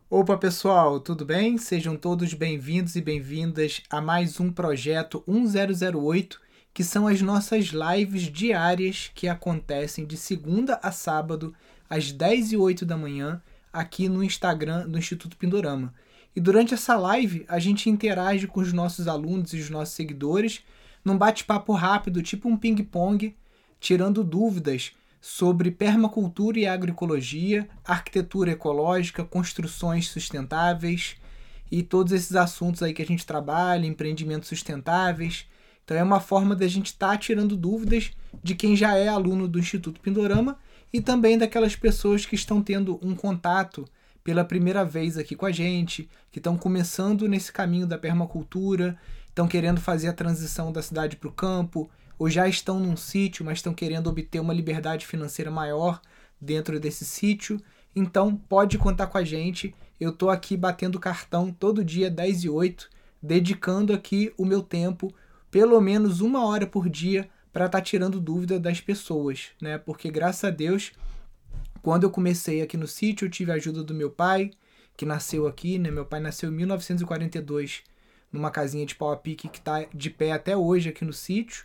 Opa, pessoal, tudo bem? Sejam todos bem-vindos e bem-vindas a mais um projeto 1008, que são as nossas lives diárias que acontecem de segunda a sábado, às 10h08 da manhã, aqui no Instagram do Instituto Pindorama. E durante essa live, a gente interage com os nossos alunos e os nossos seguidores num bate-papo rápido, tipo um ping-pong, tirando dúvidas sobre permacultura e agroecologia, arquitetura ecológica, construções sustentáveis e todos esses assuntos aí que a gente trabalha, empreendimentos sustentáveis. Então é uma forma da gente estar tirando dúvidas de quem já é aluno do Instituto Pindorama e também daquelas pessoas que estão tendo um contato pela primeira vez aqui com a gente, que estão começando nesse caminho da permacultura, estão querendo fazer a transição da cidade para o campo, ou já estão num sítio, mas estão querendo obter uma liberdade financeira maior dentro desse sítio. Então pode contar com a gente. Eu estou aqui batendo cartão todo dia 10h08, dedicando aqui o meu tempo, pelo menos 1 hora por dia, para estar tirando dúvida das pessoas, né? Porque graças a Deus, quando eu comecei aqui no sítio, eu tive a ajuda do meu pai, que nasceu aqui, né? Meu pai nasceu em 1942, numa casinha de pau a pique que está de pé até hoje aqui no sítio.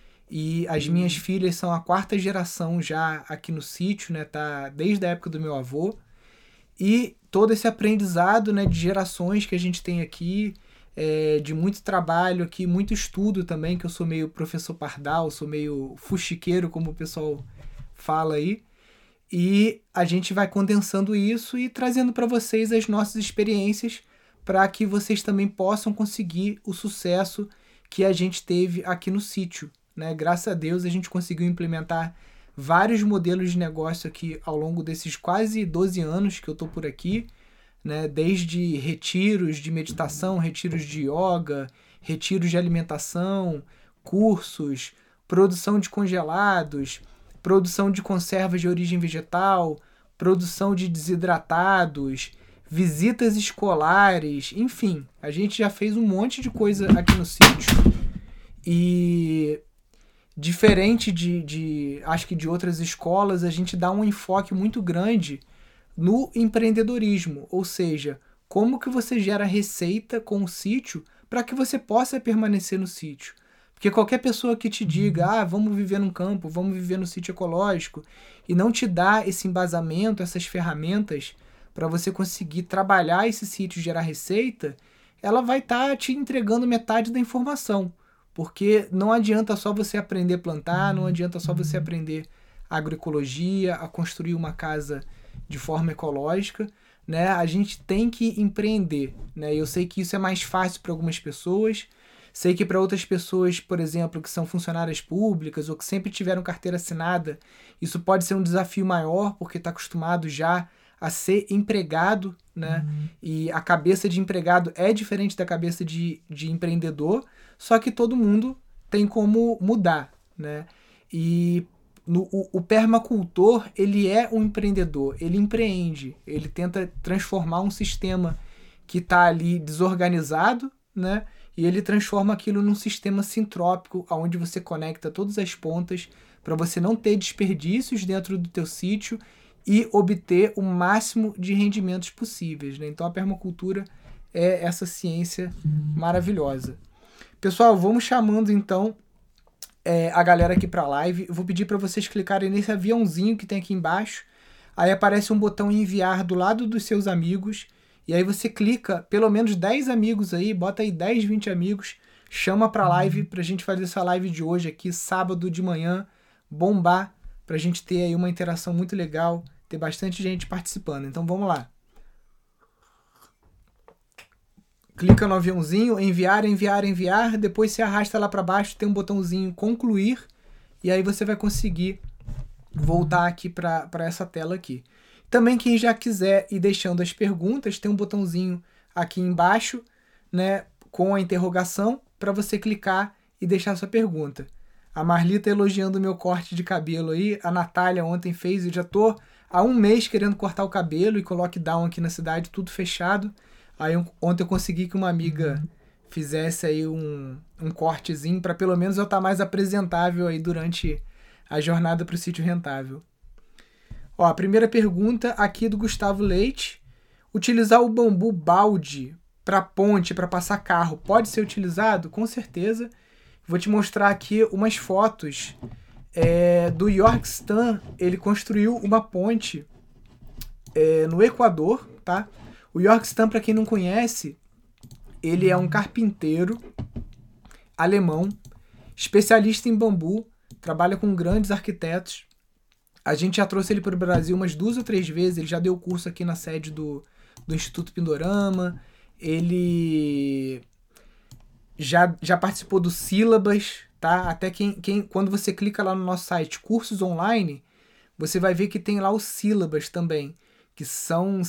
E as minhas filhas são a 4ª geração já aqui no sítio, né? Tá desde a época do meu avô. E todo esse aprendizado, né, de gerações que a gente tem aqui, de muito trabalho aqui, muito estudo também, que eu sou meio professor pardal, sou meio fuxiqueiro, como o pessoal fala aí. E a gente vai condensando isso e trazendo para vocês as nossas experiências para que vocês também possam conseguir o sucesso que a gente teve aqui no sítio. Né? Graças a Deus a gente conseguiu implementar vários modelos de negócio aqui ao longo desses quase 12 anos que eu estou por aqui, né? Desde retiros de meditação, retiros de yoga, retiros de alimentação, cursos, produção de congelados, produção de conservas de origem vegetal, produção de desidratados, visitas escolares, enfim, a gente já fez um monte de coisa aqui no sítio. E diferente acho que de outras escolas, a gente dá um enfoque muito grande no empreendedorismo, ou seja, como que você gera receita com o sítio para que você possa permanecer no sítio. Porque qualquer pessoa que te diga, vamos viver num campo, vamos viver no sítio ecológico, e não te dá esse embasamento, essas ferramentas para você conseguir trabalhar esse sítio e gerar receita, ela vai estar te entregando metade da informação. Porque não adianta só você aprender a plantar, não adianta só você aprender agroecologia, a construir uma casa de forma ecológica, né? A gente tem que empreender, né? Eu sei que isso é mais fácil para algumas pessoas, sei que para outras pessoas, por exemplo, que são funcionárias públicas ou que sempre tiveram carteira assinada, isso pode ser um desafio maior, porque está acostumado já a ser empregado, né? E a cabeça de empregado é diferente da cabeça de empreendedor, só que todo mundo tem como mudar, né? E o permacultor, ele é um empreendedor, ele empreende, ele tenta transformar um sistema que está ali desorganizado, né? E ele transforma aquilo num sistema sintrópico, onde você conecta todas as pontas para você não ter desperdícios dentro do teu sítio e obter o máximo de rendimentos possíveis, né? Então a permacultura é essa ciência maravilhosa. Pessoal, vamos chamando então a galera aqui para a live. Eu vou pedir para vocês clicarem nesse aviãozinho que tem aqui embaixo. Aí aparece um botão enviar do lado dos seus amigos. E aí você clica, pelo menos 10 amigos aí, bota aí 10, 20 amigos, chama para a live para a gente fazer essa live de hoje aqui, sábado de manhã, bombar, para a gente ter aí uma interação muito legal, ter bastante gente participando. Então vamos lá. Clica no aviãozinho, enviar, enviar, enviar, depois você arrasta lá para baixo, tem um botãozinho concluir, e aí você vai conseguir voltar aqui para essa tela aqui. Também quem já quiser ir deixando as perguntas, tem um botãozinho aqui embaixo, né, com a interrogação, para você clicar e deixar sua pergunta. A Marli tá elogiando o meu corte de cabelo aí, a Natália ontem fez, eu já tô há 1 mês querendo cortar o cabelo e com lockdown aqui na cidade, tudo fechado. Aí ontem eu consegui que uma amiga fizesse aí um cortezinho para pelo menos eu estar mais apresentável aí durante a jornada para o sítio rentável. Ó, a primeira pergunta aqui do Gustavo Leite. Utilizar o bambu balde para ponte, para passar carro, pode ser utilizado? Com certeza. Vou te mostrar aqui umas fotos do York Stan. Ele construiu uma ponte no Equador, tá? O York Stan, para quem não conhece, ele é um carpinteiro alemão, especialista em bambu, trabalha com grandes arquitetos. A gente já trouxe ele para o Brasil umas 2 ou 3 vezes, ele já deu curso aqui na sede do Instituto Pindorama, ele já participou do Sílabas, tá? Até quando você clica lá no nosso site, cursos online, você vai ver que tem lá o Sílabas também, que são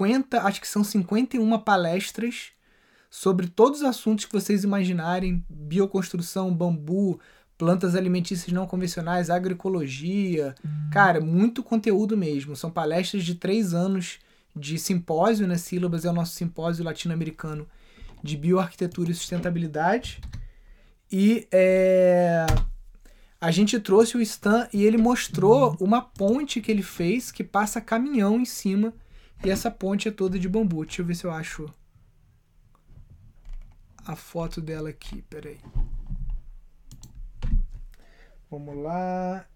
51 palestras sobre todos os assuntos que vocês imaginarem, bioconstrução, bambu, plantas alimentícias não convencionais, agroecologia, cara, muito conteúdo mesmo. São palestras de 3 anos de simpósio, né? Sílabas é o nosso simpósio latino-americano de bioarquitetura e sustentabilidade. E a gente trouxe o Stan e ele mostrou uma ponte que ele fez que passa caminhão em cima, e essa ponte é toda de bambu. Deixa eu ver se eu acho a foto dela aqui, peraí. Vamos lá.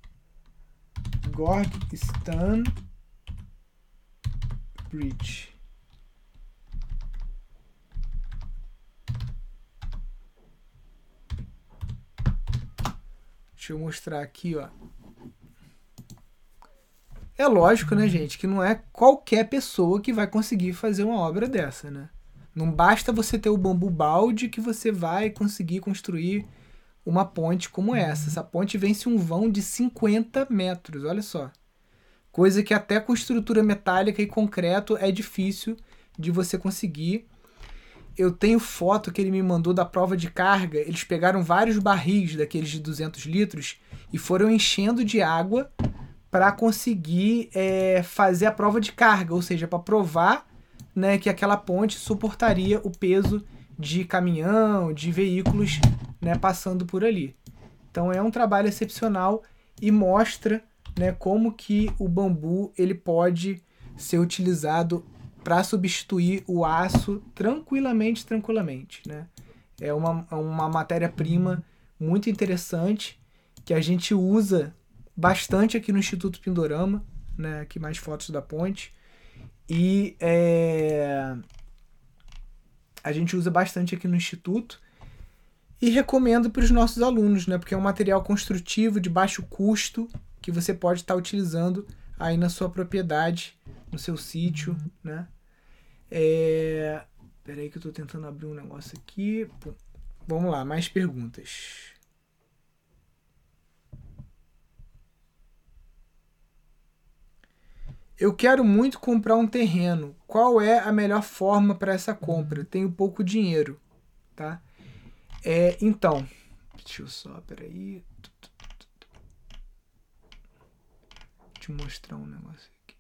York Stan Bridge. Deixa eu mostrar aqui, ó. É lógico, né, gente, que não é qualquer pessoa que vai conseguir fazer uma obra dessa, né? Não basta você ter o bambu balde que você vai conseguir construir uma ponte como essa. Essa ponte vence um vão de 50 metros, olha só. Coisa que até com estrutura metálica e concreto é difícil de você conseguir. Eu tenho foto que ele me mandou da prova de carga. Eles pegaram vários barris daqueles de 200 litros e foram enchendo de água para conseguir fazer a prova de carga, ou seja, para provar, né, que aquela ponte suportaria o peso de caminhão, de veículos, né, passando por ali. Então é um trabalho excepcional e mostra, né, como que o bambu ele pode ser utilizado para substituir o aço tranquilamente, né? É uma matéria-prima muito interessante que a gente usa bastante aqui no Instituto Pindorama, né? Aqui mais fotos da ponte. E a gente usa bastante aqui no Instituto e recomendo para os nossos alunos, né? Porque é um material construtivo de baixo custo que você pode estar utilizando aí na sua propriedade, no seu sítio, né? Peraí que eu estou tentando abrir um negócio aqui. Pô, vamos lá, mais perguntas. Eu quero muito comprar um terreno. Qual é a melhor forma para essa compra? Tenho pouco dinheiro, tá? Então, deixa eu só, peraí. Deixa eu mostrar um negócio aqui.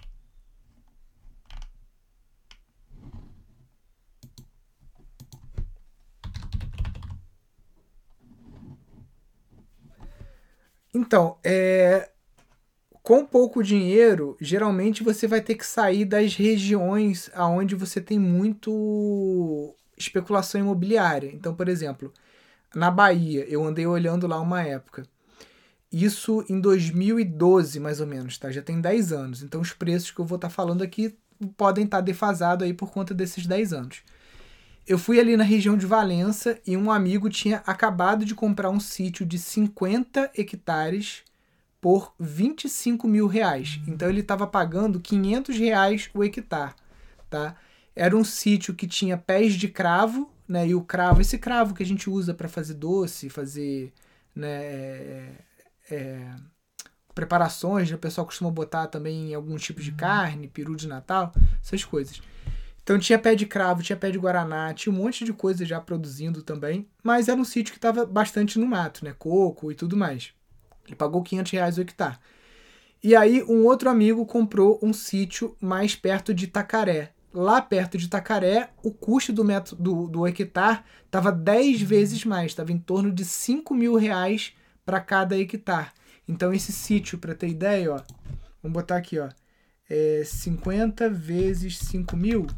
Então, com pouco dinheiro, geralmente você vai ter que sair das regiões onde você tem muito especulação imobiliária. Então, por exemplo, na Bahia, eu andei olhando lá uma época. Isso em 2012, mais ou menos, tá? Já tem 10 anos. Então, os preços que eu vou estar falando aqui podem estar defasados aí por conta desses 10 anos. Eu fui ali na região de Valença e um amigo tinha acabado de comprar um sítio de 50 hectares por 25 mil reais. Então ele estava pagando 500 reais o hectare, tá? Era um sítio que tinha pés de cravo, né? E o cravo, esse cravo que a gente usa para fazer doce, fazer, né, preparações, o pessoal costuma botar também em algum tipo de carne, peru de Natal, essas coisas. Então tinha pé de cravo, tinha pé de guaraná, tinha um monte de coisa já produzindo também, mas era um sítio que estava bastante no mato, né? Coco e tudo mais. Ele pagou 500 reais o hectare. E aí um outro amigo comprou um sítio mais perto de Itacaré. Lá perto de Itacaré, o custo do hectare estava 10 vezes mais, estava em torno de 5 mil reais para cada hectare. Então esse sítio, para ter ideia, ó, vamos botar aqui, ó, 50 vezes 5 mil,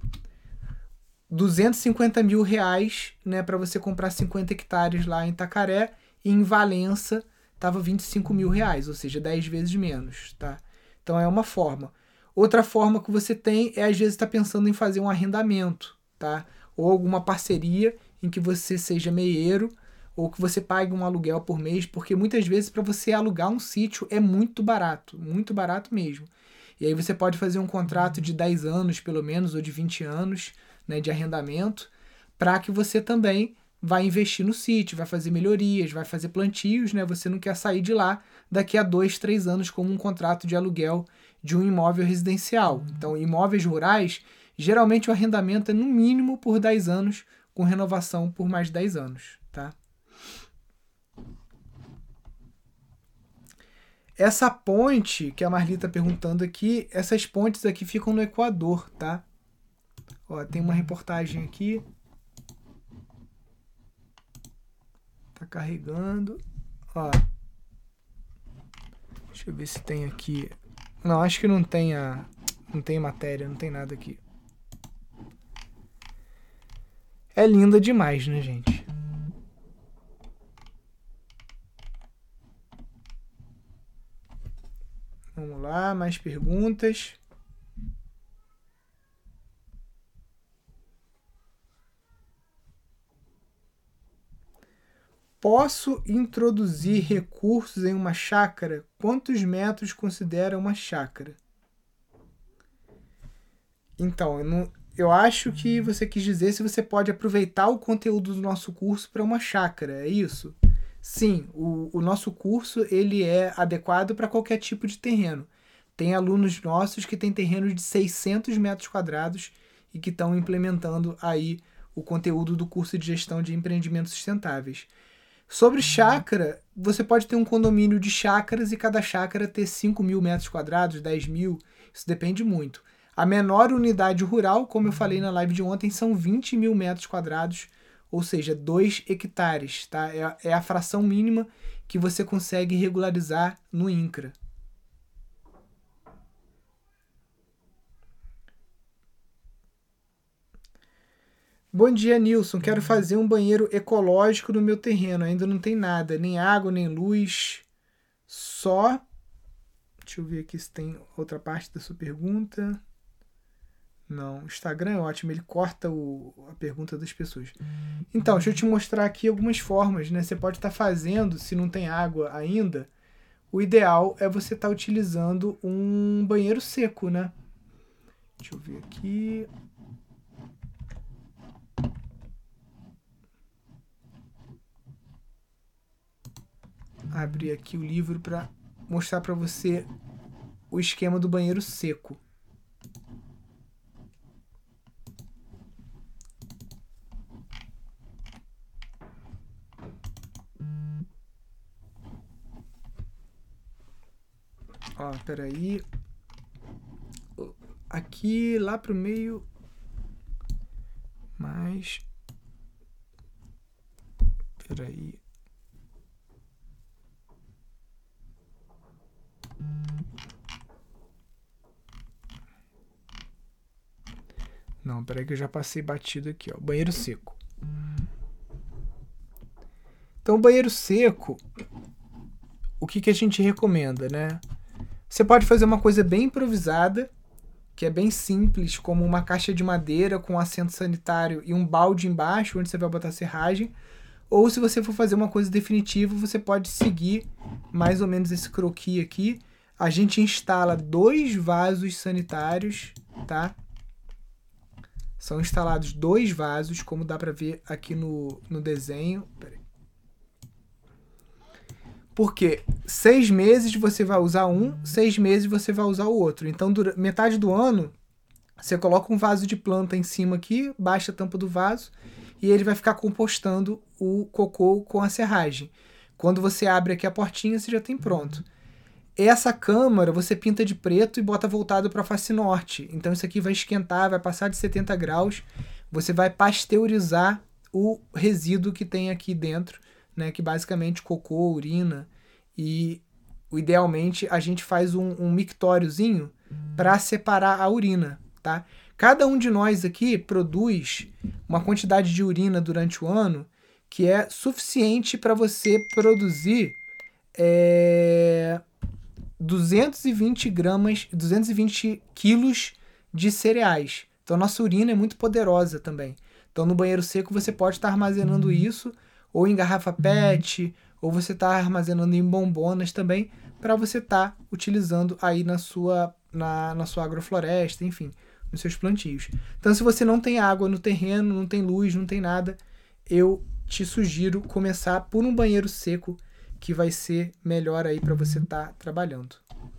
250 mil reais, né, para você comprar 50 hectares lá em Itacaré, e em Valença estava 25 mil reais, ou seja, 10 vezes menos, tá? Então é uma forma. Outra forma que você tem é, às vezes, estar pensando em fazer um arrendamento, tá? Ou alguma parceria em que você seja meieiro, ou que você pague um aluguel por mês, porque muitas vezes para você alugar um sítio é muito barato mesmo. E aí você pode fazer um contrato de 10 anos, pelo menos, ou de 20 anos, né, de arrendamento, para que você também vai investir no sítio, vai fazer melhorias, vai fazer plantios, né? Você não quer sair de lá daqui a 2, 3 anos como um contrato de aluguel de um imóvel residencial. Então, imóveis rurais, geralmente o arrendamento é no mínimo por 10 anos, com renovação por mais 10 anos, tá? Essa ponte que a Marli está perguntando aqui, essas pontes aqui ficam no Equador, tá? Ó, tem uma reportagem aqui. Tá carregando. Ó. Deixa eu ver se tem aqui. Não, acho que não tem não tem matéria, não tem nada aqui. É linda demais, né, gente? Vamos lá, mais perguntas. Posso introduzir recursos em uma chácara? Quantos metros considera uma chácara? Então, eu acho que você quis dizer se você pode aproveitar o conteúdo do nosso curso para uma chácara, é isso? Sim, o nosso curso ele é adequado para qualquer tipo de terreno. Tem alunos nossos que têm terrenos de 600 metros quadrados e que estão implementando aí o conteúdo do curso de gestão de empreendimentos sustentáveis. Sobre chácara, você pode ter um condomínio de chácaras e cada chácara ter 5 mil metros quadrados, 10 mil, isso depende muito. A menor unidade rural, como eu falei na live de ontem, são 20 mil metros quadrados, ou seja, 2 hectares, tá? É a fração mínima que você consegue regularizar no INCRA. Bom dia, Nilson. Quero fazer um banheiro ecológico no meu terreno. Ainda não tem nada, nem água, nem luz. Só. Deixa eu ver aqui se tem outra parte da sua pergunta. Não, o Instagram é ótimo, ele corta a pergunta das pessoas. Então, deixa eu te mostrar aqui algumas formas, né? Você pode estar fazendo, se não tem água ainda, o ideal é você estar utilizando um banheiro seco, né? Deixa eu ver aqui. Abrir aqui o livro para mostrar para você o esquema do banheiro seco. Ó, peraí. Aqui, lá pro meio. Mais. Peraí. Não, peraí que eu já passei batido aqui, ó. Banheiro seco. Então, o banheiro seco, o que a gente recomenda, né? Você pode fazer uma coisa bem improvisada, que é bem simples, como uma caixa de madeira com assento sanitário e um balde embaixo, onde você vai botar a serragem. Ou se você for fazer uma coisa definitiva, você pode seguir mais ou menos esse croquis aqui. A gente instala 2 vasos sanitários, tá? São instalados 2 vasos, como dá para ver aqui no desenho. Peraí. Porque 6 meses você vai usar um, 6 meses você vai usar o outro. Então, metade do ano, você coloca um vaso de planta em cima aqui, baixa a tampa do vaso e ele vai ficar compostando o cocô com a serragem. Quando você abre aqui a portinha, você já tem pronto. Essa câmara você pinta de preto e bota voltado para a face norte. Então isso aqui vai esquentar, vai passar de 70 graus. Você vai pasteurizar o resíduo que tem aqui dentro, né? Que basicamente cocô, urina. E idealmente a gente faz um mictóriozinho para separar a urina, tá? Cada um de nós aqui produz uma quantidade de urina durante o ano que é suficiente para você produzir 220 quilos de cereais. Então, nossa urina é muito poderosa também. Então, no banheiro seco, você pode estar armazenando isso, ou em garrafa PET, ou você está armazenando em bombonas também, para você estar utilizando aí na sua agrofloresta, enfim, nos seus plantios. Então, se você não tem água no terreno, não tem luz, não tem nada, eu te sugiro começar por um banheiro seco, que vai ser melhor aí para você estar trabalhando.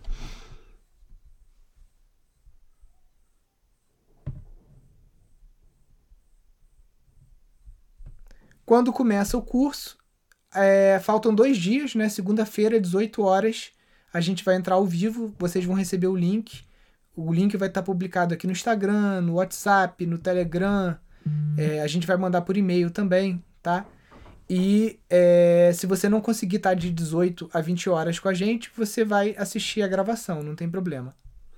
Quando começa o curso, faltam 2 dias, né? Segunda-feira, 18 horas, a gente vai entrar ao vivo, vocês vão receber o link. O link vai estar publicado aqui no Instagram, no WhatsApp, no Telegram. A gente vai mandar por e-mail também, tá? E se você não conseguir estar de 18 a 20 horas com a gente, você vai assistir a gravação, não tem problema.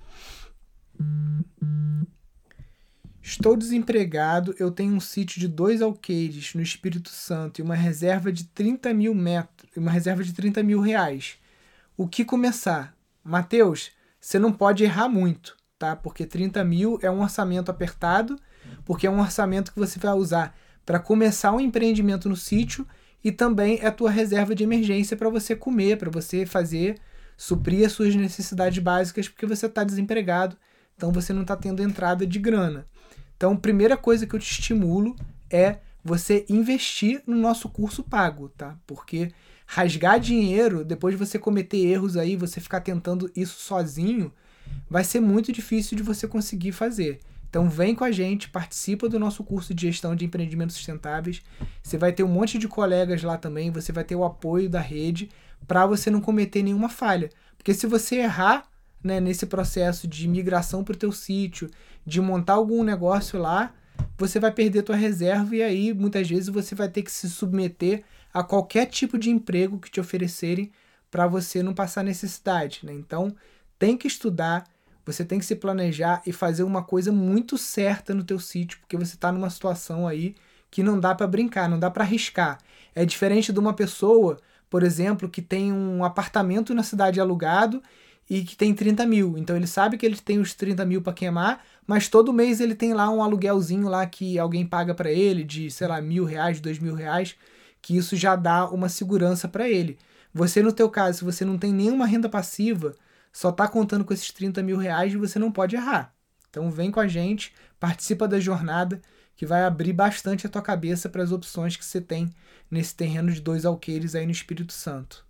Estou desempregado, eu tenho um sítio de 2 alqueires no Espírito Santo e uma reserva de 30 mil metros, uma reserva de 30 mil reais. O que começar? Mateus, você não pode errar muito, tá? Porque 30 mil é um orçamento apertado, porque é um orçamento que você vai usar para começar um empreendimento no sítio e também é a tua reserva de emergência para você comer, para você suprir as suas necessidades básicas, porque você está desempregado, então você não está tendo entrada de grana. Então, a primeira coisa que eu te estimulo é você investir no nosso curso pago, tá? Porque rasgar dinheiro, depois de você cometer erros aí, você ficar tentando isso sozinho, vai ser muito difícil de você conseguir fazer. Então vem com a gente, participa do nosso curso de gestão de empreendimentos sustentáveis. Você vai ter um monte de colegas lá também, você vai ter o apoio da rede para você não cometer nenhuma falha. Porque se você errar, né, nesse processo de migração para o teu sítio, de montar algum negócio lá, você vai perder tua reserva e aí muitas vezes você vai ter que se submeter a qualquer tipo de emprego que te oferecerem para você não passar necessidade, né? Então tem que estudar, você tem que se planejar e fazer uma coisa muito certa no teu sítio, porque você está numa situação aí que não dá para brincar, não dá para arriscar. É diferente de uma pessoa, por exemplo, que tem um apartamento na cidade alugado e que tem 30 mil. Então ele sabe que ele tem os 30 mil para queimar, mas todo mês ele tem lá um aluguelzinho lá que alguém paga para ele de, sei lá, R$1.000, R$2.000, que isso já dá uma segurança para ele. Você, no teu caso, se você não tem nenhuma renda passiva, só está contando com esses 30 mil reais e você não pode errar. Então vem com a gente, participa da jornada, que vai abrir bastante a tua cabeça para as opções que você tem nesse terreno de 2 alqueires aí no Espírito Santo.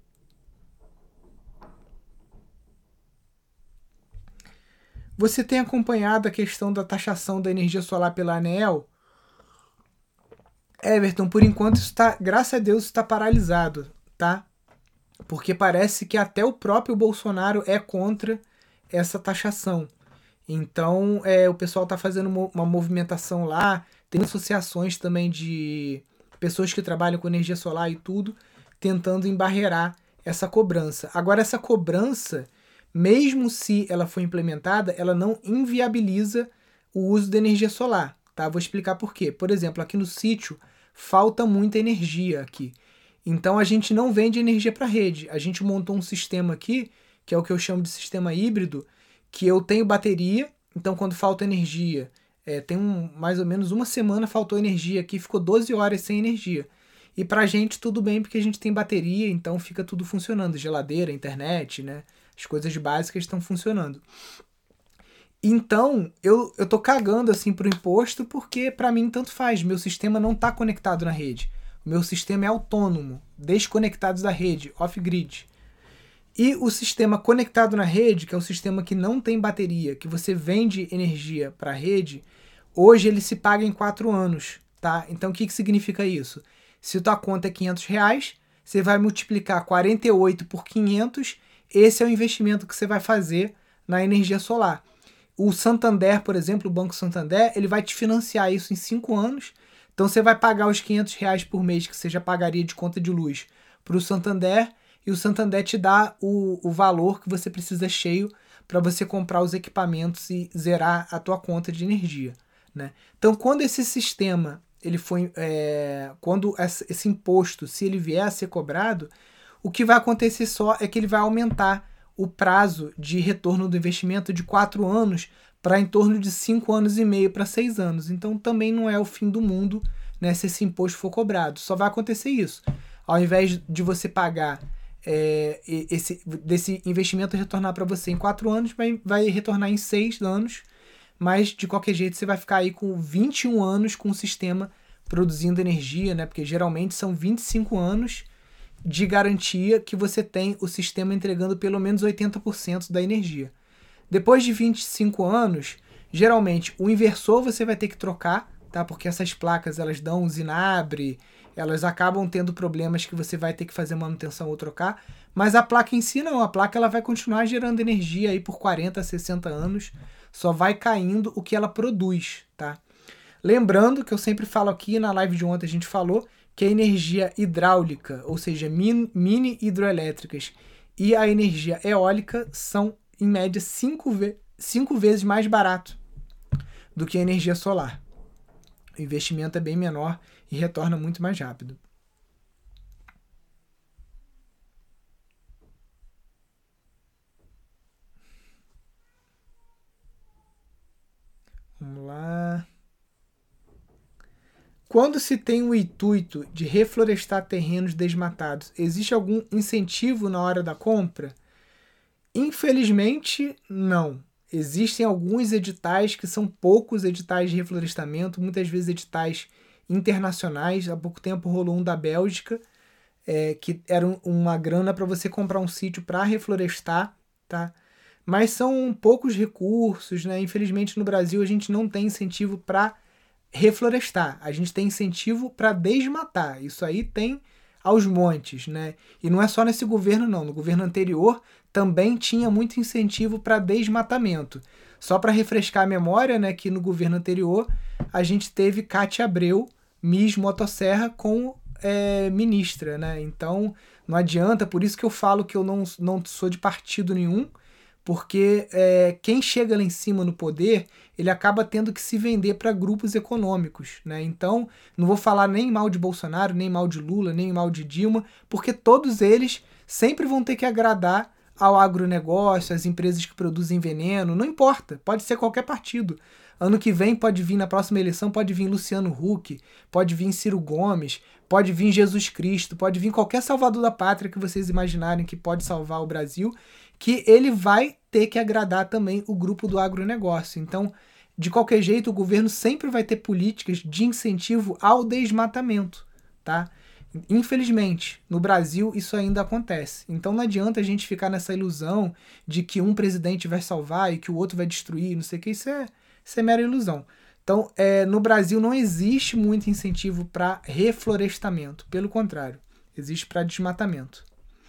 Você tem acompanhado a questão da taxação da energia solar pela ANEEL? Everton, por enquanto isso tá, graças a Deus, está paralisado, tá? Porque parece que até o próprio Bolsonaro é contra essa taxação. Então, o pessoal está fazendo uma movimentação lá, tem associações também de pessoas que trabalham com energia solar e tudo, tentando embarrear essa cobrança. Agora, essa cobrança, mesmo se ela for implementada, ela não inviabiliza o uso da energia solar, tá? Vou explicar por quê. Por exemplo, aqui no sítio, falta muita energia aqui. Então a gente não vende energia para a rede. A gente montou um sistema aqui, que é o que eu chamo de sistema híbrido, que eu tenho bateria, então quando falta energia, tem mais ou menos uma semana faltou energia aqui, ficou 12 horas sem energia. E pra gente tudo bem, porque a gente tem bateria, então fica tudo funcionando. Geladeira, internet, né? As coisas básicas estão funcionando. Então, eu tô cagando assim pro imposto, porque pra mim tanto faz. Meu sistema não tá conectado na rede. O meu sistema é autônomo, desconectado da rede, off-grid. E o sistema conectado na rede, que é o sistema que não tem bateria, que você vende energia para a rede, hoje ele se paga em 4 anos, tá? Então o que significa isso? Se tua conta é R$500, você vai multiplicar 48 por 500, esse é o investimento que você vai fazer na energia solar. O Santander, por exemplo, o Banco Santander, ele vai te financiar isso em 5 anos, então você vai pagar os R$500 por mês que você já pagaria de conta de luz para o Santander, e o Santander te dá o valor que você precisa cheio para você comprar os equipamentos e zerar a tua conta de energia, né? Então, quando esse sistema ele foi, quando esse imposto, se ele vier a ser cobrado, o que vai acontecer só é que ele vai aumentar o prazo de retorno do investimento de 4 anos para em torno de 5 anos e meio para 6 anos. Então também não é o fim do mundo, né, se esse imposto for cobrado. Só vai acontecer isso. Ao invés de você pagar desse investimento retornar para você em 4 anos, vai retornar em 6 anos, mas de qualquer jeito você vai ficar aí com 21 anos com o sistema produzindo energia, né? Porque geralmente são 25 anos de garantia que você tem o sistema entregando pelo menos 80% da energia. Depois de 25 anos, geralmente o inversor você vai ter que trocar, tá? Porque essas placas elas dão zinabre, elas acabam tendo problemas que você vai ter que fazer manutenção ou trocar, mas a placa em si não, a placa ela vai continuar gerando energia aí por 40, 60 anos, só vai caindo o que ela produz, tá? Lembrando que eu sempre falo aqui, na live de ontem a gente falou, que a energia hidráulica, ou seja, mini hidroelétricas, e a energia eólica são, em média, 5 vezes mais barato do que a energia solar. O investimento é bem menor e retorna muito mais rápido. Vamos lá. Quando se tem o intuito de reflorestar terrenos desmatados, existe algum incentivo na hora da compra? Infelizmente, não. Existem alguns editais que são poucos editais de reflorestamento, muitas vezes editais internacionais. Há pouco tempo rolou um da Bélgica, que era uma grana para você comprar um sítio para reflorestar, tá? Mas são poucos recursos, né? Infelizmente no Brasil a gente não tem incentivo para reflorestar, a gente tem incentivo para desmatar. Isso aí tem aos montes, né? E não é só nesse governo não, no governo anterior também tinha muito incentivo para desmatamento. Só para refrescar a memória, né, que no governo anterior a gente teve Cátia Abreu, Miss Motosserra, como ministra, né? Então não adianta, por isso que eu falo que eu não sou de partido nenhum, porque quem chega lá em cima no poder, ele acaba tendo que se vender para grupos econômicos, né? Então, não vou falar nem mal de Bolsonaro, nem mal de Lula, nem mal de Dilma, porque todos eles sempre vão ter que agradar ao agronegócio, às empresas que produzem veneno, não importa, pode ser qualquer partido. Ano que vem pode vir, na próxima eleição, pode vir Luciano Huck, pode vir Ciro Gomes, pode vir Jesus Cristo, pode vir qualquer salvador da pátria que vocês imaginarem que pode salvar o Brasil, que ele vai ter que agradar também o grupo do agronegócio. Então, de qualquer jeito, o governo sempre vai ter políticas de incentivo ao desmatamento, tá? Infelizmente, no Brasil isso ainda acontece. Então não adianta a gente ficar nessa ilusão de que um presidente vai salvar e que o outro vai destruir, não sei o que, isso é mera ilusão. Então, no Brasil não existe muito incentivo para reflorestamento, pelo contrário, existe para desmatamento.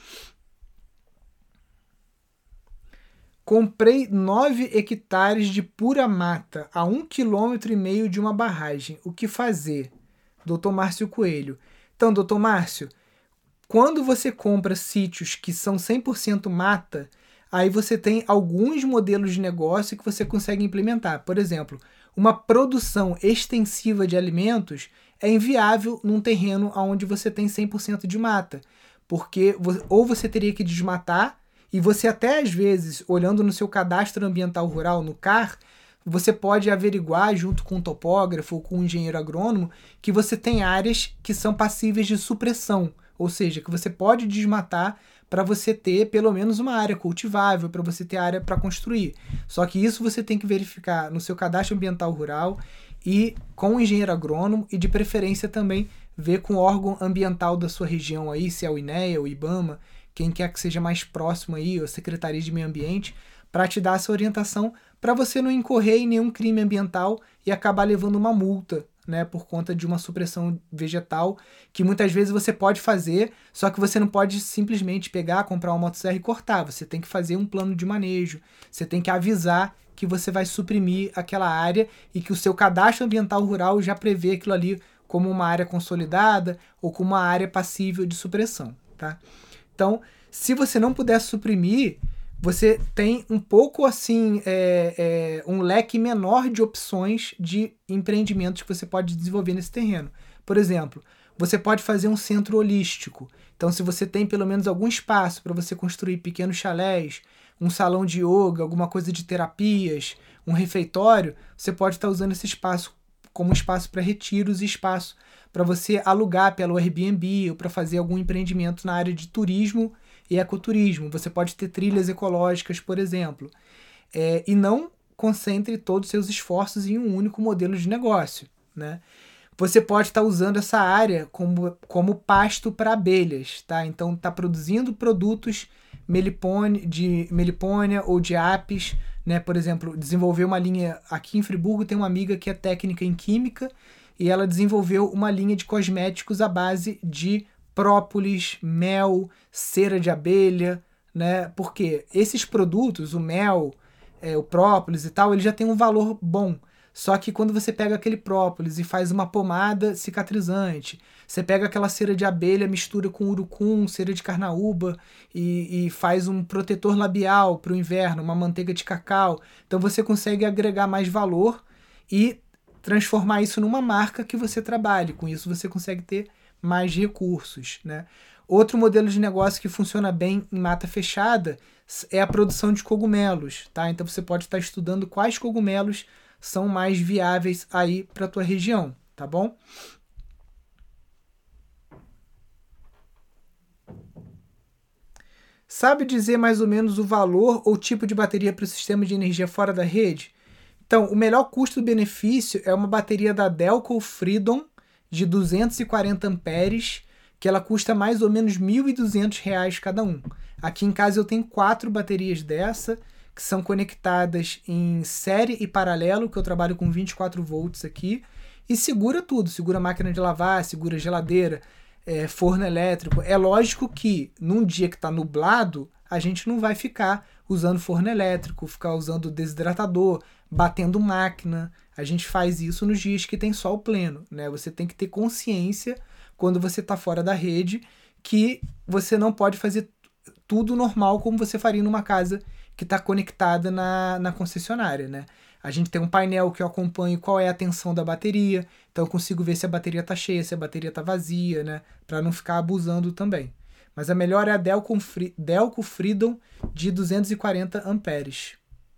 Comprei 9 hectares de pura mata a 1,5 km de uma barragem. O que fazer? Dr. Márcio Coelho. Então, Dr. Márcio, quando você compra sítios que são 100% mata, aí você tem alguns modelos de negócio que você consegue implementar. Por exemplo, uma produção extensiva de alimentos é inviável num terreno onde você tem 100% de mata, porque ou você teria que desmatar, e você até às vezes, olhando no seu cadastro ambiental rural, no CAR, você pode averiguar junto com um topógrafo ou com um engenheiro agrônomo que você tem áreas que são passíveis de supressão, ou seja, que você pode desmatar para você ter pelo menos uma área cultivável, para você ter área para construir. Só que isso você tem que verificar no seu cadastro ambiental rural e com o engenheiro agrônomo, e de preferência também ver com o órgão ambiental da sua região aí, se é o INEA, o IBAMA, quem quer que seja mais próximo aí, a Secretaria de Meio Ambiente, para te dar essa orientação, para você não incorrer em nenhum crime ambiental e acabar levando uma multa, né, por conta de uma supressão vegetal, que muitas vezes você pode fazer, só que você não pode simplesmente pegar, comprar uma motosserra e cortar. Você tem que fazer um plano de manejo, você tem que avisar que você vai suprimir aquela área e que o seu cadastro ambiental rural já prevê aquilo ali como uma área consolidada ou como uma área passível de supressão, tá? Então, se você não puder suprimir, você tem um pouco assim, um leque menor de opções de empreendimentos que você pode desenvolver nesse terreno. Por exemplo, você pode fazer um centro holístico. Então, se você tem pelo menos algum espaço para você construir pequenos chalés, um salão de yoga, alguma coisa de terapias, um refeitório, você pode estar usando esse espaço como espaço para retiros e espaço para você alugar pelo Airbnb ou para fazer algum empreendimento na área de turismo e ecoturismo. Você pode ter trilhas ecológicas, por exemplo. E não concentre todos os seus esforços em um único modelo de negócio, né? Você pode estar usando essa área como pasto para abelhas, tá? Então, está produzindo produtos de melipônia ou de apis, né? Por exemplo, desenvolver uma linha... Aqui em Friburgo tem uma amiga que é técnica em química e ela desenvolveu uma linha de cosméticos à base de própolis, mel, cera de abelha, né? Porque esses produtos, o mel, o própolis e tal, ele já tem um valor bom. Só que quando você pega aquele própolis e faz uma pomada cicatrizante, você pega aquela cera de abelha, mistura com urucum, cera de carnaúba e faz um protetor labial para o inverno, uma manteiga de cacau. Então você consegue agregar mais valor e transformar isso numa marca que você trabalhe. Com isso você consegue ter mais recursos, né? Outro modelo de negócio que funciona bem em mata fechada é a produção de cogumelos, tá? Então você pode estar estudando quais cogumelos são mais viáveis aí para a tua região, tá bom? Sabe dizer mais ou menos o valor ou tipo de bateria para o sistema de energia fora da rede? Então, o melhor custo-benefício é uma bateria da Delco Freedom de 240 amperes, que ela custa mais ou menos R$ 1.200 cada um. Aqui em casa eu tenho 4 baterias dessa, que são conectadas em série e paralelo, que eu trabalho com 24 volts aqui, e segura tudo, segura máquina de lavar, segura geladeira, forno elétrico. É lógico que num dia que está nublado, a gente não vai ficar usando forno elétrico, ficar usando desidratador, batendo máquina. A gente faz isso nos dias que tem sol pleno, né? Você tem que ter consciência, quando você está fora da rede, que você não pode fazer tudo normal como você faria numa casa que está conectada na concessionária, né? A gente tem um painel que eu acompanho qual é a tensão da bateria, então eu consigo ver se a bateria está cheia, se a bateria está vazia, né? Para não ficar abusando também. Mas a melhor é a Delco Freedom de 240 amperes.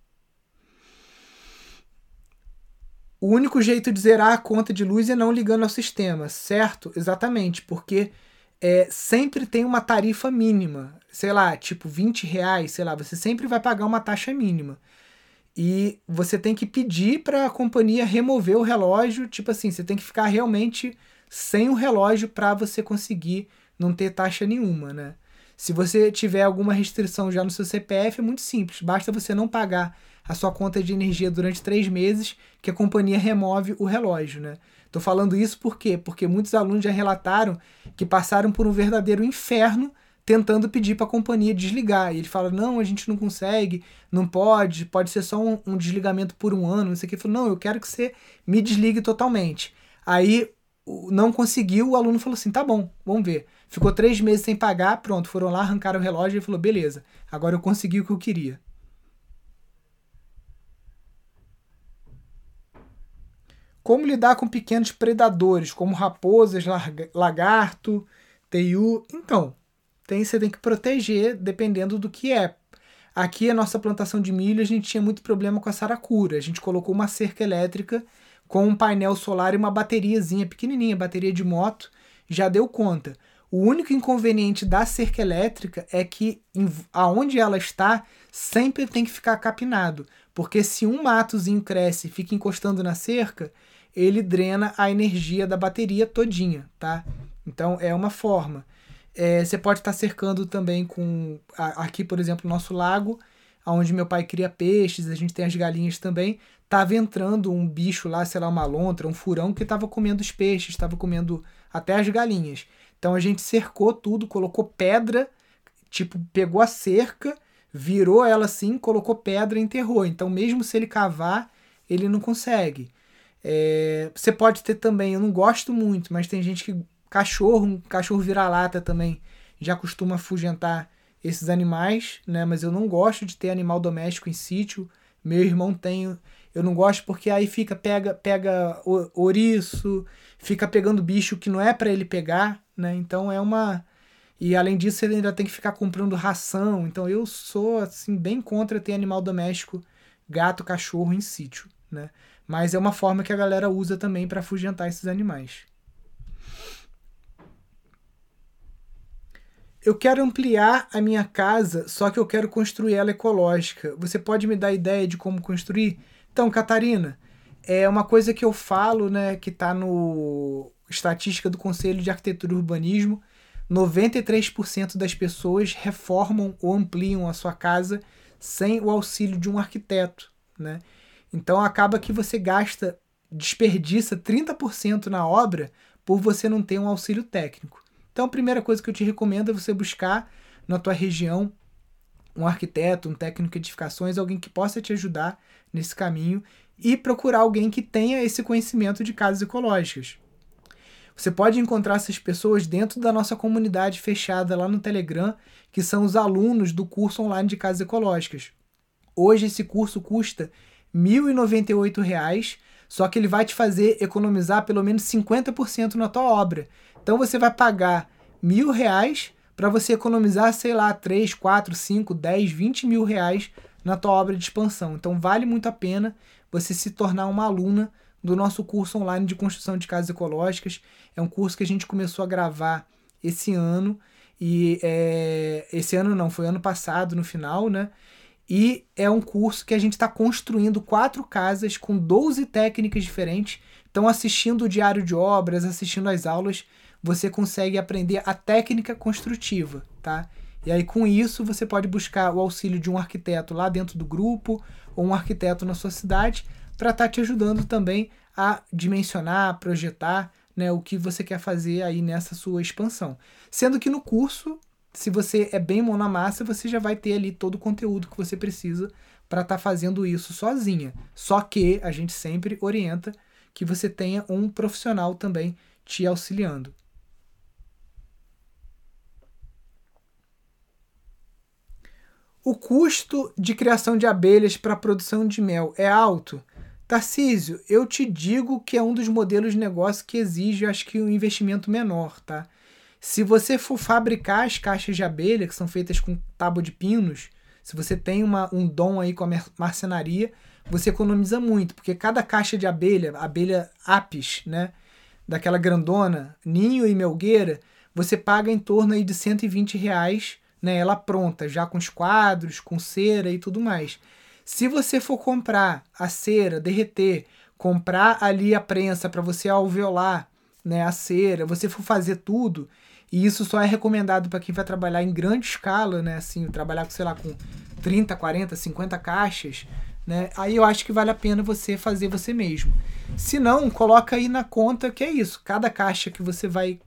O único jeito de zerar a conta de luz é não ligando ao sistema, certo? Exatamente, porque sempre tem uma tarifa mínima, sei lá, tipo R$ 20, sei lá, você sempre vai pagar uma taxa mínima. E você tem que pedir para a companhia remover o relógio, tipo assim, você tem que ficar realmente sem o relógio para você conseguir não ter taxa nenhuma, né? Se você tiver alguma restrição já no seu CPF, é muito simples, basta você não pagar a sua conta de energia durante 3 meses que a companhia remove o relógio, né? Tô falando isso por quê? Porque muitos alunos já relataram que passaram por um verdadeiro inferno tentando pedir para a companhia desligar. E ele fala, não, a gente não consegue, não pode ser só um desligamento por um ano, não sei o que. Ele falou, não, eu quero que você me desligue totalmente. Aí não conseguiu, o aluno falou assim, tá bom, vamos ver. Ficou 3 meses sem pagar, pronto, foram lá, arrancaram o relógio e ele falou, beleza, agora eu consegui o que eu queria. Como lidar com pequenos predadores, como raposas, lagarto, teiu? Então, você tem que proteger dependendo do que é. Aqui, a nossa plantação de milho, a gente tinha muito problema com a saracura. A gente colocou uma cerca elétrica com um painel solar e uma bateriazinha pequenininha, bateria de moto, já deu conta. O único inconveniente da cerca elétrica é que aonde ela está sempre tem que ficar capinado, porque se um matozinho cresce e fica encostando na cerca, ele drena a energia da bateria todinha, tá? Então é uma forma. Você pode estar cercando também com... Aqui, por exemplo, o nosso lago, onde meu pai cria peixes, a gente tem as galinhas também, estava entrando um bicho lá, sei lá, uma lontra, um furão, que estava comendo os peixes, estava comendo até as galinhas. Então a gente cercou tudo, colocou pedra, tipo, pegou a cerca, virou ela assim, colocou pedra e enterrou. Então mesmo se ele cavar, ele não consegue. Você pode ter também, eu não gosto muito, mas tem gente que... um cachorro vira-lata também já costuma afugentar esses animais, né? Mas eu não gosto de ter animal doméstico em sítio. Meu irmão tem, eu não gosto porque aí pega ouriço, fica pegando bicho que não é para ele pegar, né? Então é uma... E além disso ele ainda tem que ficar comprando ração. Então eu sou assim bem contra ter animal doméstico, gato, cachorro em sítio, né? Mas é uma forma que a galera usa também para afugentar esses animais. Eu quero ampliar a minha casa, só que eu quero construir ela ecológica. Você pode me dar ideia de como construir? Então, Catarina, é uma coisa que eu falo, né, que está no estatística do Conselho de Arquitetura e Urbanismo. 93% das pessoas reformam ou ampliam a sua casa sem o auxílio de um arquiteto, né? Então acaba que você desperdiça 30% na obra por você não ter um auxílio técnico. Então a primeira coisa que eu te recomendo é você buscar na tua região um arquiteto, um técnico de edificações, alguém que possa te ajudar nesse caminho e procurar alguém que tenha esse conhecimento de casas ecológicas. Você pode encontrar essas pessoas dentro da nossa comunidade fechada lá no Telegram, que são os alunos do curso online de casas ecológicas. Hoje esse curso custa R$ 1.098, só que ele vai te fazer economizar pelo menos 50% na tua obra. Então você vai pagar R$ 1.000 para você economizar, sei lá, 3, 4, 5, 10, 20 mil reais na tua obra de expansão. Então vale muito a pena você se tornar uma aluna do nosso curso online de construção de casas ecológicas. É um curso que a gente começou a gravar esse ano, e esse ano não, foi ano passado no final, né? E é um curso que a gente está construindo 4 casas com 12 técnicas diferentes. Então, assistindo o diário de obras, assistindo as aulas, você consegue aprender a técnica construtiva, tá? E aí, com isso, você pode buscar o auxílio de um arquiteto lá dentro do grupo ou um arquiteto na sua cidade para estar te ajudando também a dimensionar, projetar, né, o que você quer fazer aí nessa sua expansão. Sendo que no curso, se você é bem mão na massa, você já vai ter ali todo o conteúdo que você precisa para estar fazendo isso sozinha. Só que a gente sempre orienta que você tenha um profissional também te auxiliando. O custo de criação de abelhas para a produção de mel é alto? Tarcísio, eu te digo que é um dos modelos de negócio que exige, acho que, um investimento menor, tá? Se você for fabricar as caixas de abelha, que são feitas com tábua de pinos, se você tem um dom aí com a marcenaria, você economiza muito, porque cada caixa de abelha Apis, né, daquela grandona, ninho e melgueira, você paga em torno aí de R$ 120, né, ela pronta, já com os quadros, com cera e tudo mais. Se você for comprar a cera, derreter, comprar ali a prensa para você alveolar, né, a cera, você for fazer tudo, e isso só é recomendado para quem vai trabalhar em grande escala, né, assim, trabalhar, sei lá, com 30, 40, 50 caixas, né, aí eu acho que vale a pena você fazer você mesmo. Se não, coloca aí na conta que é isso, cada caixa que você vai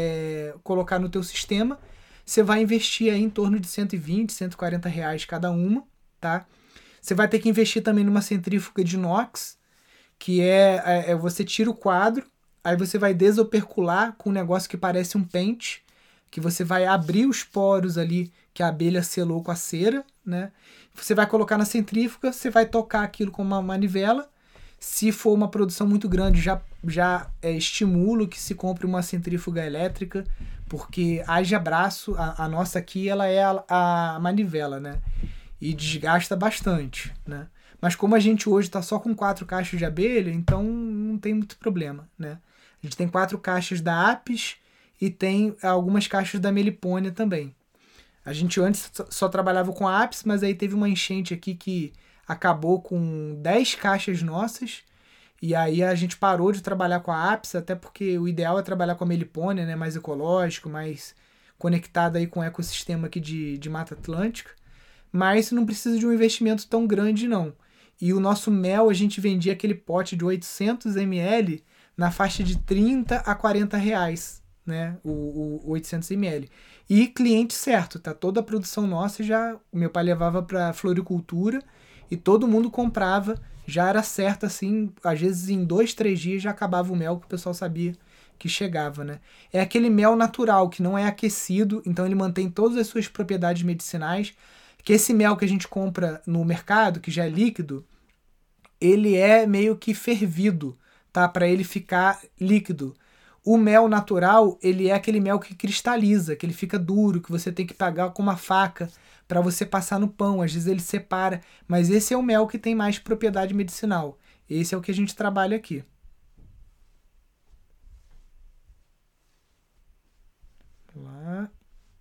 colocar no teu sistema, você vai investir aí em torno de R$ 120, R$ 140 cada uma, tá? Você vai ter que investir também numa centrífuga de inox, que você tira o quadro, aí você vai desopercular com um negócio que parece um pente, que você vai abrir os poros ali que a abelha selou com a cera, né? Você vai colocar na centrífuga, você vai tocar aquilo com uma manivela. Se for uma produção muito grande, já estimulo que se compre uma centrífuga elétrica, porque haja braço, a nossa aqui ela é a manivela, né? E desgasta bastante, né? Mas como a gente hoje está só com 4 caixas de abelha, então não tem muito problema, né? A gente tem 4 caixas da Apis e tem algumas caixas da Melipônia também. A gente antes só trabalhava com a Apis, mas aí teve uma enchente aqui que acabou com 10 caixas nossas, e aí a gente parou de trabalhar com a Apis, até porque o ideal é trabalhar com a Melipônia, né? Mais ecológico, mais conectado aí com o ecossistema aqui de Mata Atlântica. Mas não precisa de um investimento tão grande, não. E o nosso mel, a gente vendia aquele pote de 800 ml na faixa de 30 a 40 reais, né? O 800 ml. E cliente certo, tá? Toda a produção nossa o meu pai levava para floricultura e todo mundo comprava. Já era certo, assim, às vezes em 2, 3 dias já acabava o mel, que o pessoal sabia que chegava, né? É aquele mel natural, que não é aquecido, então ele mantém todas as suas propriedades medicinais, que esse mel que a gente compra no mercado, que já é líquido, ele é meio que fervido, tá? Para ele ficar líquido. O mel natural, ele é aquele mel que cristaliza, que ele fica duro, que você tem que pegar com uma faca para você passar no pão. Às vezes ele separa, mas esse é o mel que tem mais propriedade medicinal. Esse é o que a gente trabalha aqui. Lá.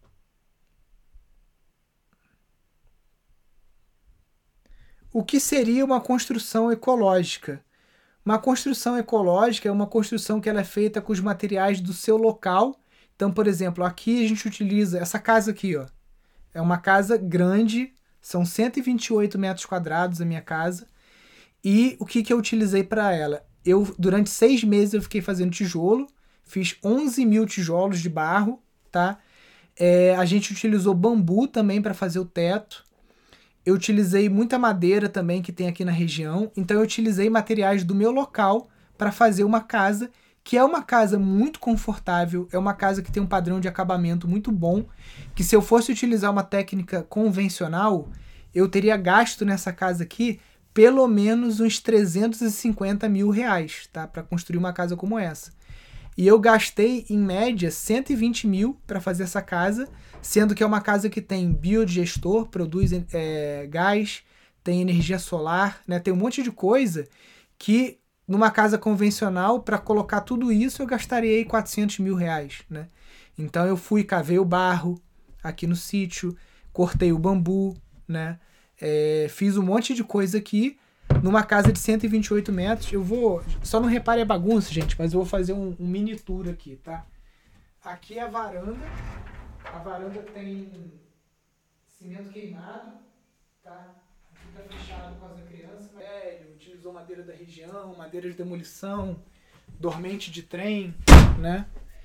O que seria uma construção ecológica? Uma construção ecológica é uma construção que ela é feita com os materiais do seu local. Então, por exemplo, aqui a gente utiliza essa casa aqui, ó. É uma casa grande, são 128 metros quadrados a minha casa. E o que eu utilizei para ela? Durante 6 meses eu fiquei fazendo tijolo, fiz 11 mil tijolos de barro, tá? A gente utilizou bambu também para fazer o teto. Eu utilizei muita madeira também que tem aqui na região. Então eu utilizei materiais do meu local para fazer uma casa, que é uma casa muito confortável, é uma casa que tem um padrão de acabamento muito bom, que se eu fosse utilizar uma técnica convencional, eu teria gasto nessa casa aqui pelo menos uns 350 mil reais, tá? Para construir uma casa como essa. E eu gastei, em média, 120 mil para fazer essa casa, sendo que é uma casa que tem biodigestor, produz gás, tem energia solar, né? Tem um monte de coisa que, numa casa convencional, para colocar tudo isso, eu gastaria aí 400 mil reais, né? Então eu cavei o barro aqui no sítio, cortei o bambu, né? Fiz um monte de coisa aqui, numa casa de 128 metros. Eu vou... Só não repare a bagunça, gente, mas eu vou fazer um mini tour aqui, tá? Aqui é a varanda. A varanda tem cimento queimado, tá? Fica fechado por causa da criança. Utilizou madeira da região, madeira de demolição, dormente de trem, né?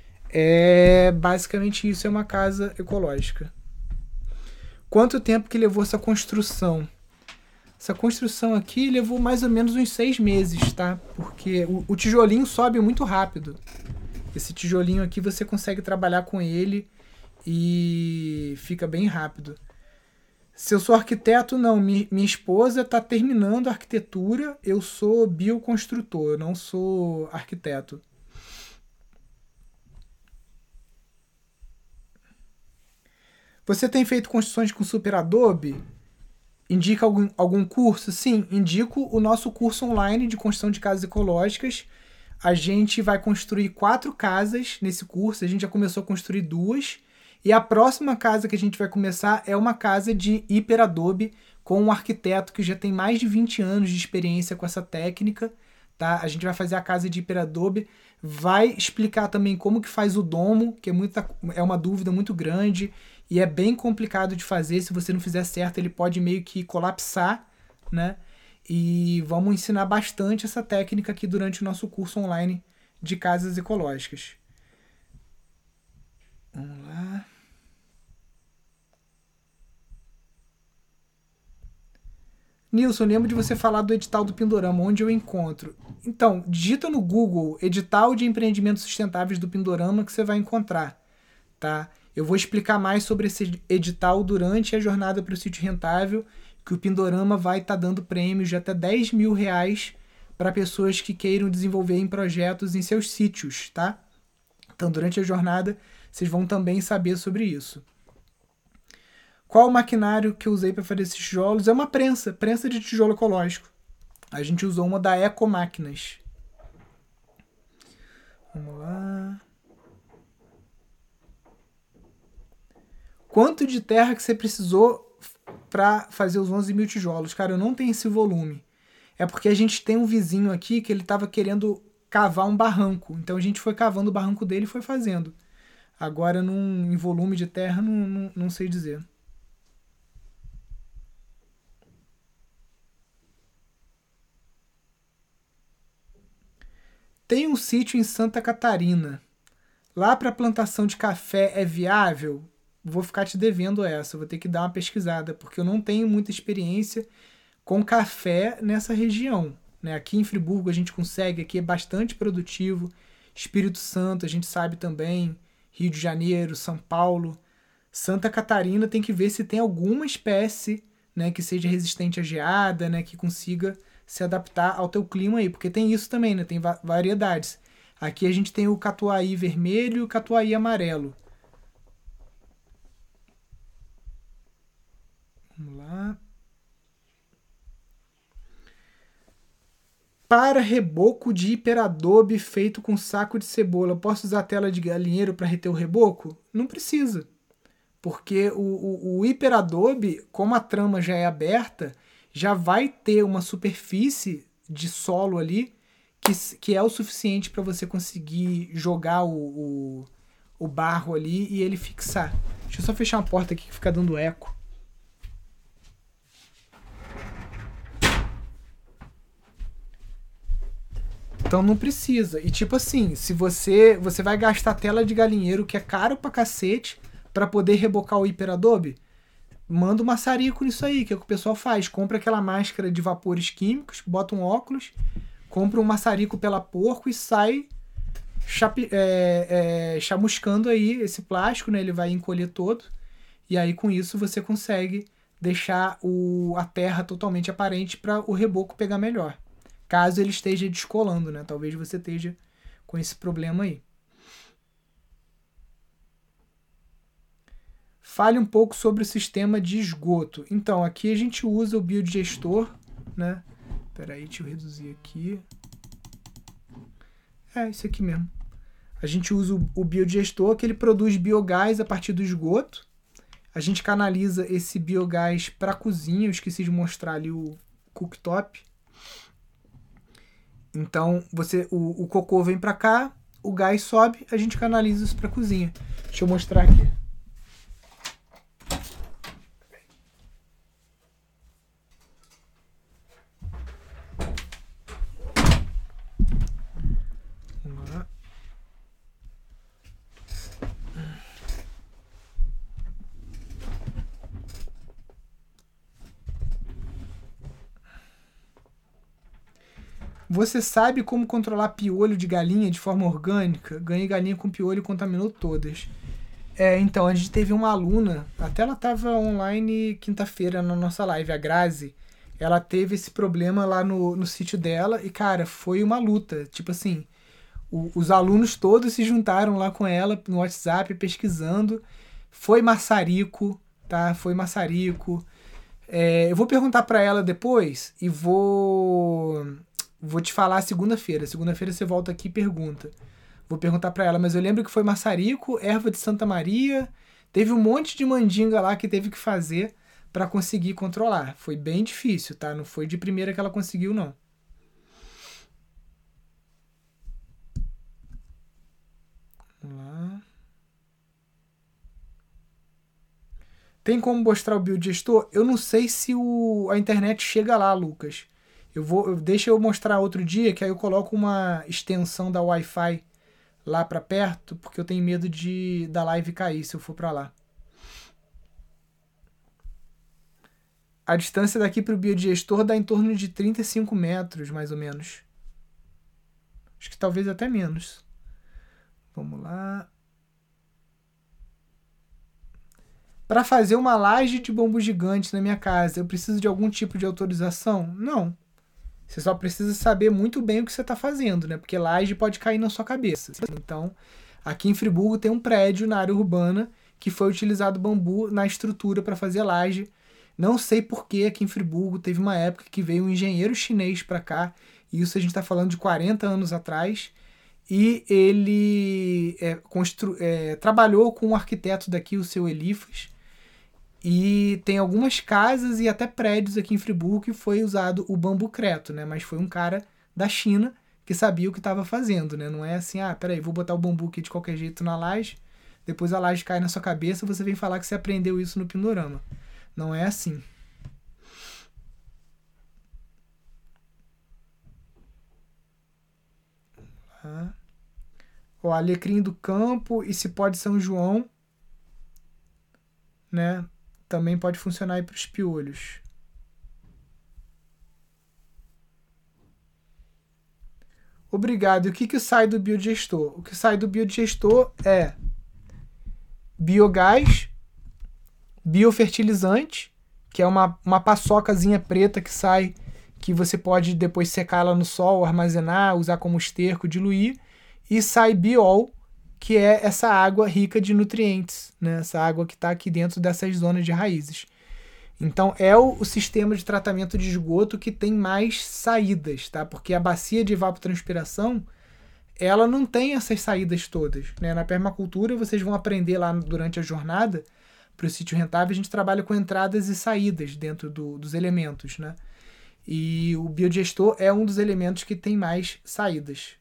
Basicamente isso é uma casa ecológica. Quanto tempo que levou essa construção? Essa construção aqui levou mais ou menos uns 6 meses, tá? Porque o tijolinho sobe muito rápido. Esse tijolinho aqui você consegue trabalhar com ele e fica bem rápido. Se eu sou arquiteto, não. Minha esposa está terminando a arquitetura. Eu sou bioconstrutor, eu não sou arquiteto. Você tem feito construções com Super Adobe? Indica algum curso? Sim, indico o nosso curso online de construção de casas ecológicas. A gente vai construir 4 casas nesse curso. A gente já começou a construir 2. E a próxima casa que a gente vai começar é uma casa de Hyper Adobe com um arquiteto que já tem mais de 20 anos de experiência com essa técnica. Tá? A gente vai fazer a casa de Hyper Adobe. Vai explicar também como que faz o domo, que é uma dúvida muito grande. E é bem complicado de fazer. Se você não fizer certo, ele pode meio que colapsar, né? E vamos ensinar bastante essa técnica aqui durante o nosso curso online de casas ecológicas. Vamos lá. Nilson, lembro de você falar do edital do Pindorama, onde eu encontro. Então, digita no Google edital de empreendimentos sustentáveis do Pindorama que você vai encontrar, tá? Eu vou explicar mais sobre esse edital durante a jornada para o sítio rentável, que o Pindorama vai estar dando prêmios de até 10 mil reais para pessoas que queiram desenvolver em projetos em seus sítios, tá? Então, durante a jornada, vocês vão também saber sobre isso. Qual o maquinário que eu usei para fazer esses tijolos? É uma prensa de tijolo ecológico. A gente usou uma da Eco Máquinas. Vamos lá. Quanto de terra que você precisou para fazer os 11 mil tijolos? Cara, eu não tenho esse volume. É porque a gente tem um vizinho aqui que ele estava querendo cavar um barranco. Então a gente foi cavando o barranco dele e foi fazendo. Agora, em volume de terra, não sei dizer. Tem um sítio em Santa Catarina. Lá para plantação de café é viável? Vou ficar te devendo essa. Vou ter que dar uma pesquisada, porque eu não tenho muita experiência com café nessa região, né? Aqui em Friburgo a gente consegue, aqui é bastante produtivo. Espírito Santo, a gente sabe também, Rio de Janeiro, São Paulo. Santa Catarina tem que ver se tem alguma espécie, né, que seja resistente à geada, né, que consiga se adaptar ao teu clima aí, porque tem isso também, né, tem variedades. Aqui a gente tem o catuai vermelho e o catuai amarelo. Vamos lá. Para reboco de hiperadobe feito com saco de cebola, posso usar a tela de galinheiro para reter o reboco? Não precisa. Porque o hiperadobe, como a trama já é aberta, já vai ter uma superfície de solo ali que é o suficiente para você conseguir jogar o barro ali e ele fixar. Deixa eu só fechar uma porta aqui que fica dando eco. Então não precisa. E tipo assim, se você vai gastar tela de galinheiro, que é caro pra cacete, pra poder rebocar o hiperadobe, manda um maçarico nisso aí, que é o que o pessoal faz. Compra aquela máscara de vapores químicos, bota um óculos, compra um maçarico pela porco e sai chamuscando aí esse plástico, né? Ele vai encolher todo. E aí com isso você consegue deixar a terra totalmente aparente para o reboco pegar melhor. Caso ele esteja descolando, né? Talvez você esteja com esse problema aí. Fale um pouco sobre o sistema de esgoto. Então, aqui a gente usa o biodigestor, né? Peraí, deixa eu reduzir aqui. É, isso aqui mesmo. A gente usa o biodigestor, que ele produz biogás a partir do esgoto. A gente canaliza esse biogás para a cozinha. Eu esqueci de mostrar ali o cooktop. Então, o cocô vem para cá, o gás sobe, a gente canaliza isso para a cozinha. Deixa eu mostrar aqui. Vamos lá. Você sabe como controlar piolho de galinha de forma orgânica? Ganhei galinha com piolho e contaminou todas. Então, a gente teve uma aluna, até ela estava online quinta-feira na nossa live, a Grazi. Ela teve esse problema lá no sítio dela e, cara, foi uma luta. Tipo assim, os alunos todos se juntaram lá com ela no WhatsApp pesquisando. Foi maçarico, tá? Foi maçarico. Eu vou perguntar para ela depois e vou te falar segunda-feira. Segunda-feira você volta aqui e pergunta. Vou perguntar para ela, mas eu lembro que foi maçarico, erva de Santa Maria, teve um monte de mandinga lá que teve que fazer para conseguir controlar. Foi bem difícil, tá? Não foi de primeira que ela conseguiu, não. Vamos lá. Tem como mostrar o biodigestor? Eu não sei se a internet chega lá, Lucas. Deixa eu mostrar outro dia, que aí eu coloco uma extensão da Wi-Fi lá para perto, porque eu tenho medo da live cair se eu for para lá. A distância daqui para o biodigestor dá em torno de 35 metros, mais ou menos. Acho que talvez até menos. Vamos lá. Para fazer uma laje de bambu gigante na minha casa, eu preciso de algum tipo de autorização? Não. Você só precisa saber muito bem o que você está fazendo, né? Porque laje pode cair na sua cabeça. Então, aqui em Friburgo tem um prédio na área urbana que foi utilizado bambu na estrutura para fazer laje. Não sei por que aqui em Friburgo teve uma época que veio um engenheiro chinês para cá, e isso a gente está falando de 40 anos atrás, e ele trabalhou com um arquiteto daqui, o seu Elifas, e tem algumas casas e até prédios aqui em Friburgo que foi usado o bambu creto, né? Mas foi um cara da China que sabia o que estava fazendo, né? Não é assim, peraí, vou botar o bambu aqui de qualquer jeito na laje, depois a laje cai na sua cabeça e você vem falar que você aprendeu isso no Pindorama. Não é assim. O alecrim do campo e cipó de São João, né? Também pode funcionar aí para os piolhos. Obrigado. E o que sai do biodigestor? O que sai do biodigestor é biogás, biofertilizante, que é uma paçocazinha preta que sai, que você pode depois secar ela no sol, armazenar, usar como esterco, diluir, e sai biol, que é essa água rica de nutrientes, né? Essa água que está aqui dentro dessas zonas de raízes. Então é o sistema de tratamento de esgoto que tem mais saídas, tá? Porque a bacia de evapotranspiração, ela não tem essas saídas todas, né? Na permacultura vocês vão aprender lá durante a jornada, para o sítio rentável a gente trabalha com entradas e saídas dentro dos elementos, né? E o biodigestor é um dos elementos que tem mais saídas.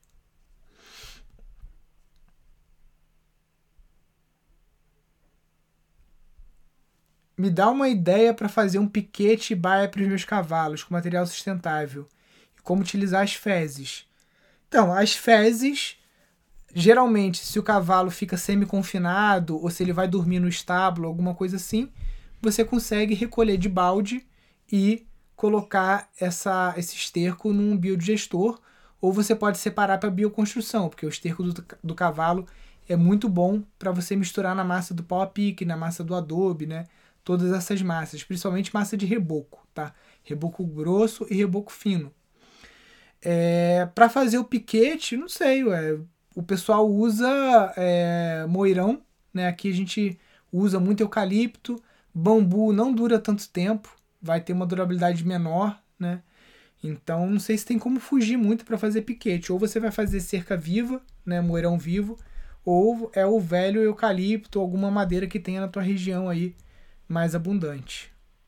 Me dá uma ideia para fazer um piquete e baia para os meus cavalos com material sustentável. E como utilizar as fezes. Então, as fezes, geralmente, se o cavalo fica semi-confinado ou se ele vai dormir no estábulo, alguma coisa assim, você consegue recolher de balde e colocar esse esterco num biodigestor, ou você pode separar para bioconstrução, porque o esterco do cavalo é muito bom para você misturar na massa do pau a pique, na massa do adobe, né? Todas essas massas, principalmente massa de reboco, tá? Reboco grosso e reboco fino. Para fazer o piquete, não sei, o pessoal usa moirão, né? Aqui a gente usa muito eucalipto, bambu não dura tanto tempo, vai ter uma durabilidade menor, né? Então não sei se tem como fugir muito para fazer piquete. Ou você vai fazer cerca viva, né? Moirão vivo, ou é o velho eucalipto, alguma madeira que tenha na tua região aí mais abundante.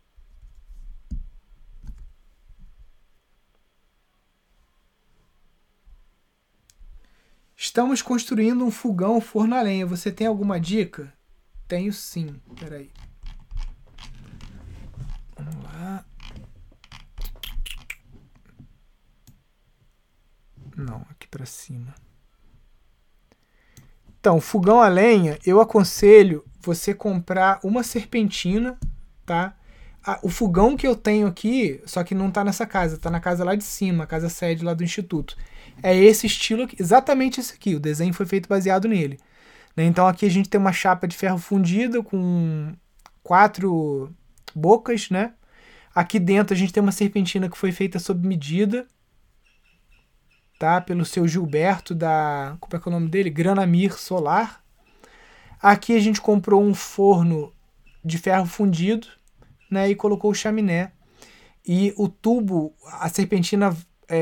Estamos construindo um fogão forno a lenha. Você tem alguma dica? Tenho sim. Peraí. Vamos lá. Não, aqui para cima. Então, fogão a lenha, eu aconselho você comprar uma serpentina, tá? O fogão que eu tenho aqui, só que não tá nessa casa, tá na casa lá de cima, a casa sede lá do instituto. É esse estilo aqui, exatamente esse aqui, o desenho foi feito baseado nele. Então aqui a gente tem uma chapa de ferro fundido com 4 bocas, né? Aqui dentro a gente tem uma serpentina que foi feita sob medida, tá? Pelo seu Gilberto da... Como é que é o nome dele? Granamir Solar. Aqui a gente comprou um forno de ferro fundido, né? E colocou o chaminé. E o tubo, a serpentina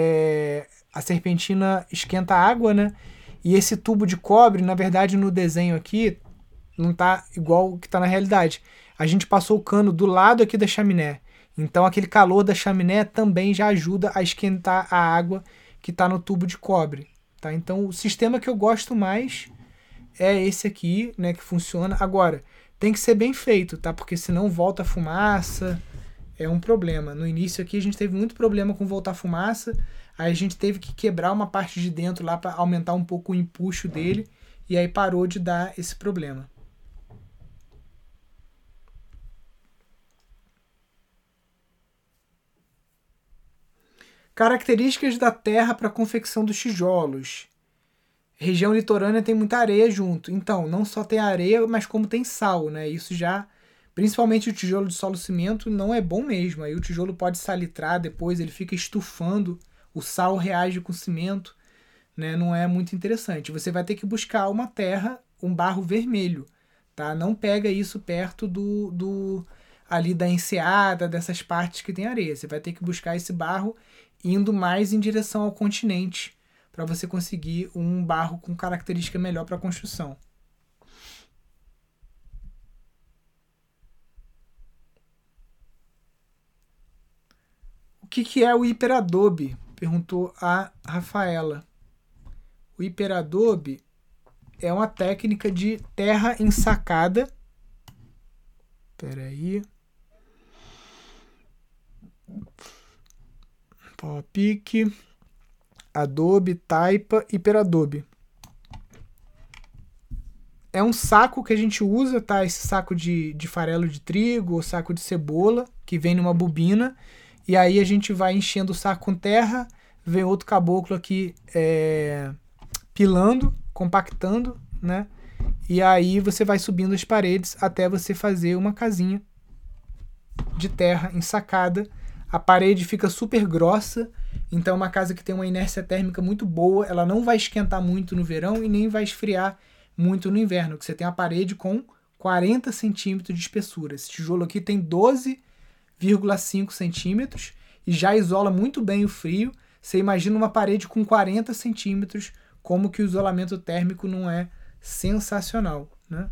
esquenta a água, né? E esse tubo de cobre, na verdade, no desenho aqui, não tá igual o que tá na realidade. A gente passou o cano do lado aqui da chaminé. Então aquele calor da chaminé também já ajuda a esquentar a água que está no tubo de cobre, tá? Então o sistema que eu gosto mais é esse aqui, né, que funciona. Agora, tem que ser bem feito, tá? Porque senão volta a fumaça, é um problema. No início aqui a gente teve muito problema com voltar fumaça, aí a gente teve que quebrar uma parte de dentro lá para aumentar um pouco o empuxo dele, e aí parou de dar esse problema. Características da terra para a confecção dos tijolos. Região litorânea tem muita areia junto. Então, não só tem areia, mas como tem sal, né? Isso já, principalmente o tijolo de solo cimento, não é bom mesmo. Aí o tijolo pode salitrar depois, ele fica estufando, o sal reage com o cimento, né? Não é muito interessante. Você vai ter que buscar uma terra, um barro vermelho, tá? Não pega isso perto ali da enseada, dessas partes que tem areia. Você vai ter que buscar esse barro indo mais em direção ao continente para você conseguir um barro com característica melhor para a construção. O que é o hiperadobe? Perguntou a Rafaela. O hiperadobe é uma técnica de terra ensacada. Espera aí. Pau a pique, adobe, taipa, hiperadobe. É um saco que a gente usa, tá? Esse saco de farelo de trigo ou saco de cebola, que vem numa bobina. E aí a gente vai enchendo o saco com terra, vem outro caboclo aqui pilando, compactando, né? E aí você vai subindo as paredes até você fazer uma casinha de terra ensacada. A parede fica super grossa, então é uma casa que tem uma inércia térmica muito boa. Ela não vai esquentar muito no verão e nem vai esfriar muito no inverno, que você tem a parede com 40 centímetros de espessura. Esse tijolo aqui tem 12,5 centímetros e já isola muito bem o frio. Você imagina uma parede com 40 centímetros, como que o isolamento térmico não é sensacional, né?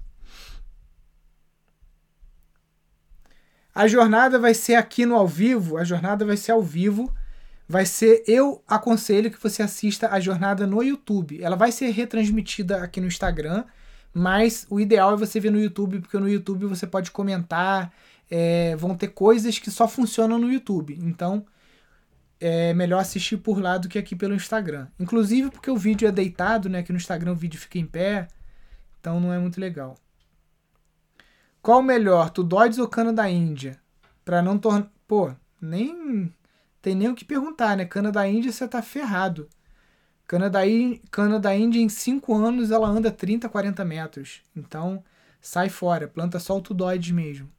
A jornada vai ser aqui no ao vivo, a jornada vai ser ao vivo, eu aconselho que você assista a jornada no YouTube. Ela vai ser retransmitida aqui no Instagram, mas o ideal é você ver no YouTube, porque no YouTube você pode comentar, vão ter coisas que só funcionam no YouTube, então é melhor assistir por lá do que aqui pelo Instagram. Inclusive porque o vídeo é deitado, né? Aqui no Instagram o vídeo fica em pé, então não é muito legal. Qual melhor, Tudóides ou cana da Índia? Pra não tornar... Pô, nem tem nem o que perguntar, né? Cana da Índia você tá ferrado. Cana da Índia em 5 anos ela anda 30, 40 metros. Então sai fora, planta só o Tudóides mesmo.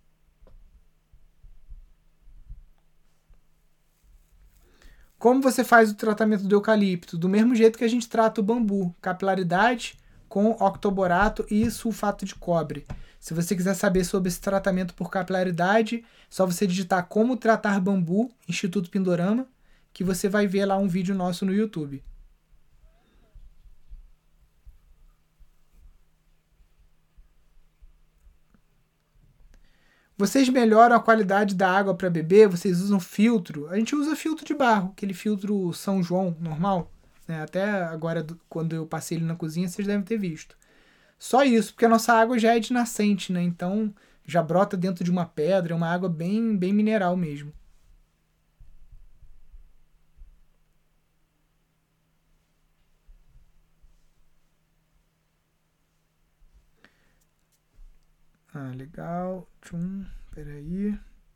Como você faz o tratamento do eucalipto? Do mesmo jeito que a gente trata o bambu. Capilaridade com octoborato e sulfato de cobre. Se você quiser saber sobre esse tratamento por capilaridade, só você digitar como tratar bambu, Instituto Pindorama, que você vai ver lá um vídeo nosso no YouTube. Vocês melhoram a qualidade da água para beber? Vocês usam filtro? A gente usa filtro de barro, aquele filtro São João normal. Né? Até agora, quando eu passei ele na cozinha, vocês devem ter visto. Só isso, porque a nossa água já é de nascente, né? Então já brota dentro de uma pedra, é uma água bem, bem mineral mesmo. Ah, legal. Peraí.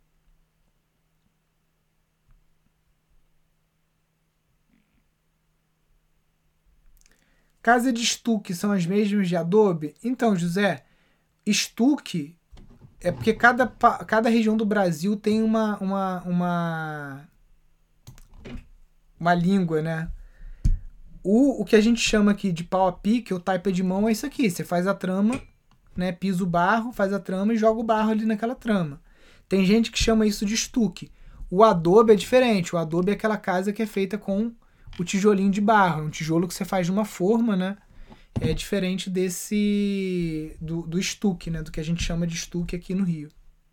Casa de estuque são as mesmas de adobe? Então, José, estuque é porque cada região do Brasil tem uma língua, né? O que a gente chama aqui de pau a pique, ou taipa de mão, é isso aqui. Você faz a trama, né? Pisa o barro, faz a trama e joga o barro ali naquela trama. Tem gente que chama isso de estuque. O adobe é diferente. O adobe é aquela casa que é feita com o tijolinho de barro. É um tijolo que você faz de uma forma, né? É diferente do estuque, né? Do que a gente chama de estuque aqui no Rio.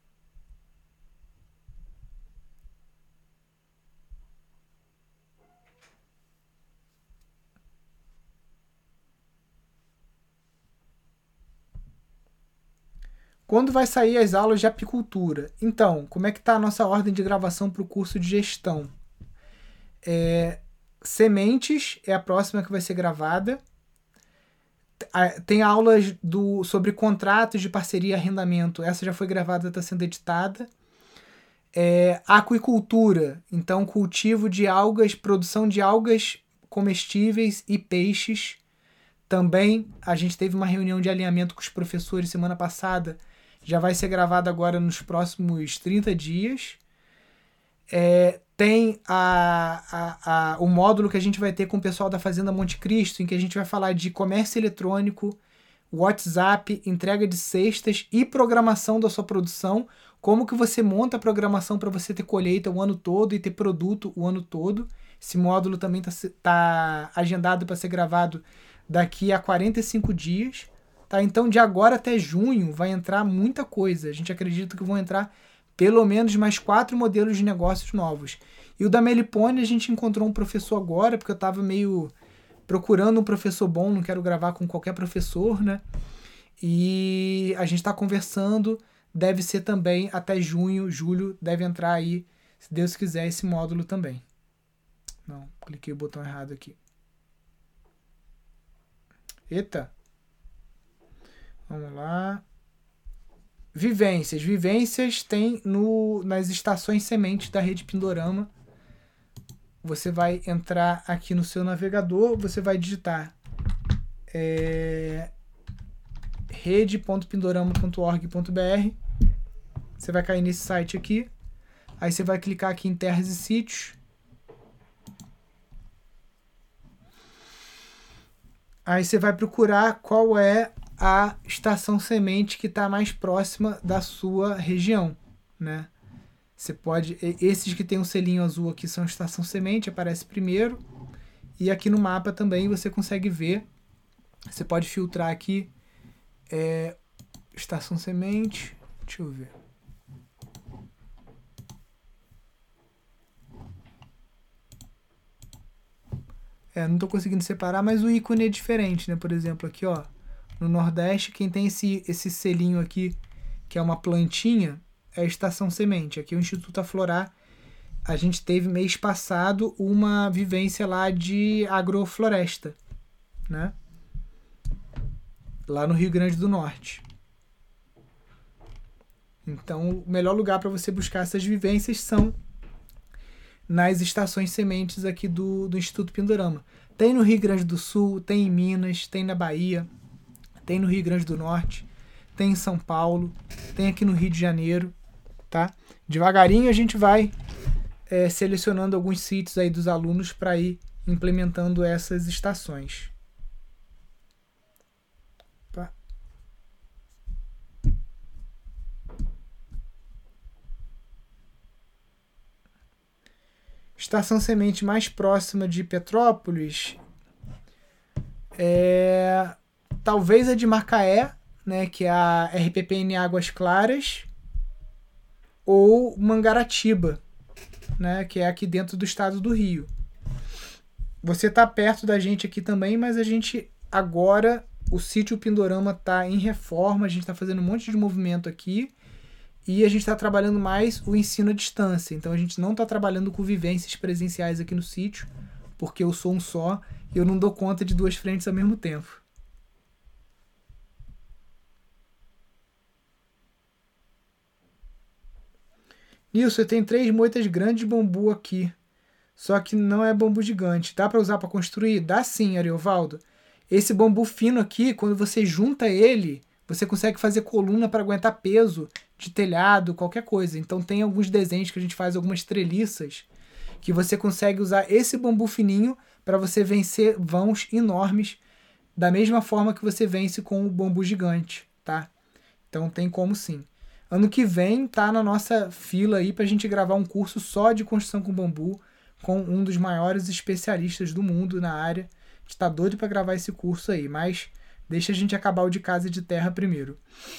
Quando vai sair as aulas de apicultura? Então, como é que está a nossa ordem de gravação para o curso de gestão? Sementes é a próxima que vai ser gravada. Tem aulas sobre contratos de parceria e arrendamento. Essa já foi gravada, está sendo editada. Aquicultura, então cultivo de algas, produção de algas comestíveis e peixes. Também a gente teve uma reunião de alinhamento com os professores semana passada. Já vai ser gravada agora nos próximos 30 dias. Tem o módulo que a gente vai ter com o pessoal da Fazenda Monte Cristo, em que a gente vai falar de comércio eletrônico, WhatsApp, entrega de cestas e programação da sua produção. Como que você monta a programação para você ter colheita o ano todo e ter produto o ano todo. Esse módulo também está agendado para ser gravado daqui a 45 dias. Tá? Então, de agora até junho, vai entrar muita coisa. A gente acredita que vão entrar pelo menos mais 4 modelos de negócios novos. E o da Melipone, a gente encontrou um professor agora, porque eu estava meio procurando um professor bom, não quero gravar com qualquer professor, né? E a gente está conversando, deve ser também até junho, julho, deve entrar aí, se Deus quiser, esse módulo também. Não, cliquei o botão errado aqui. Eita! Vamos lá. Vivências. Vivências tem nas estações sementes da Rede Pindorama. você vai entrar aqui no seu navegador, você vai digitar rede.pindorama.org.br. Você vai cair nesse site aqui. Aí você vai clicar aqui em terras e sítios. Aí você vai procurar qual é a estação semente que está mais próxima da sua região, né? Você pode, esses que tem um selinho azul aqui são estação semente, aparece primeiro. E aqui no mapa também você consegue ver. Você pode filtrar aqui estação semente. Deixa eu ver. Não estou conseguindo separar, mas o ícone é diferente, né? Por exemplo, aqui, ó, no Nordeste, quem tem esse selinho aqui, que é uma plantinha, é a estação semente. Aqui é o Instituto Aflorar. A gente teve mês passado uma vivência lá de agrofloresta, né? Lá no Rio Grande do Norte. Então, o melhor lugar para você buscar essas vivências são nas estações sementes aqui do Instituto Pindorama. Tem no Rio Grande do Sul, tem em Minas, tem na Bahia, tem no Rio Grande do Norte, tem em São Paulo, tem aqui no Rio de Janeiro, tá? Devagarinho a gente vai selecionando alguns sítios aí dos alunos para ir implementando essas estações. Opa. Estação semente mais próxima de Petrópolis talvez a de Macaé, né, que é a RPPN Águas Claras, ou Mangaratiba, né, que é aqui dentro do estado do Rio. Você está perto da gente aqui também, mas a gente agora, o sítio Pindorama está em reforma, a gente está fazendo um monte de movimento aqui e a gente está trabalhando mais o ensino à distância. Então a gente não está trabalhando com vivências presenciais aqui no sítio, porque eu sou um só e eu não dou conta de duas frentes ao mesmo tempo. Nilson, eu tenho 3 moitas grandes de bambu aqui. Só que não é bambu gigante. Dá para usar para construir? Dá sim, Ariovaldo. Esse bambu fino aqui, quando você junta ele, você consegue fazer coluna para aguentar peso de telhado, qualquer coisa. Então tem alguns desenhos que a gente faz, algumas treliças, que você consegue usar esse bambu fininho para você vencer vãos enormes, da mesma forma que você vence com o bambu gigante, tá? Então tem como sim. Ano que vem tá na nossa fila aí pra gente gravar um curso só de construção com bambu com um dos maiores especialistas do mundo na área. A gente tá doido pra gravar esse curso aí, mas deixa a gente acabar o de casa e de terra primeiro.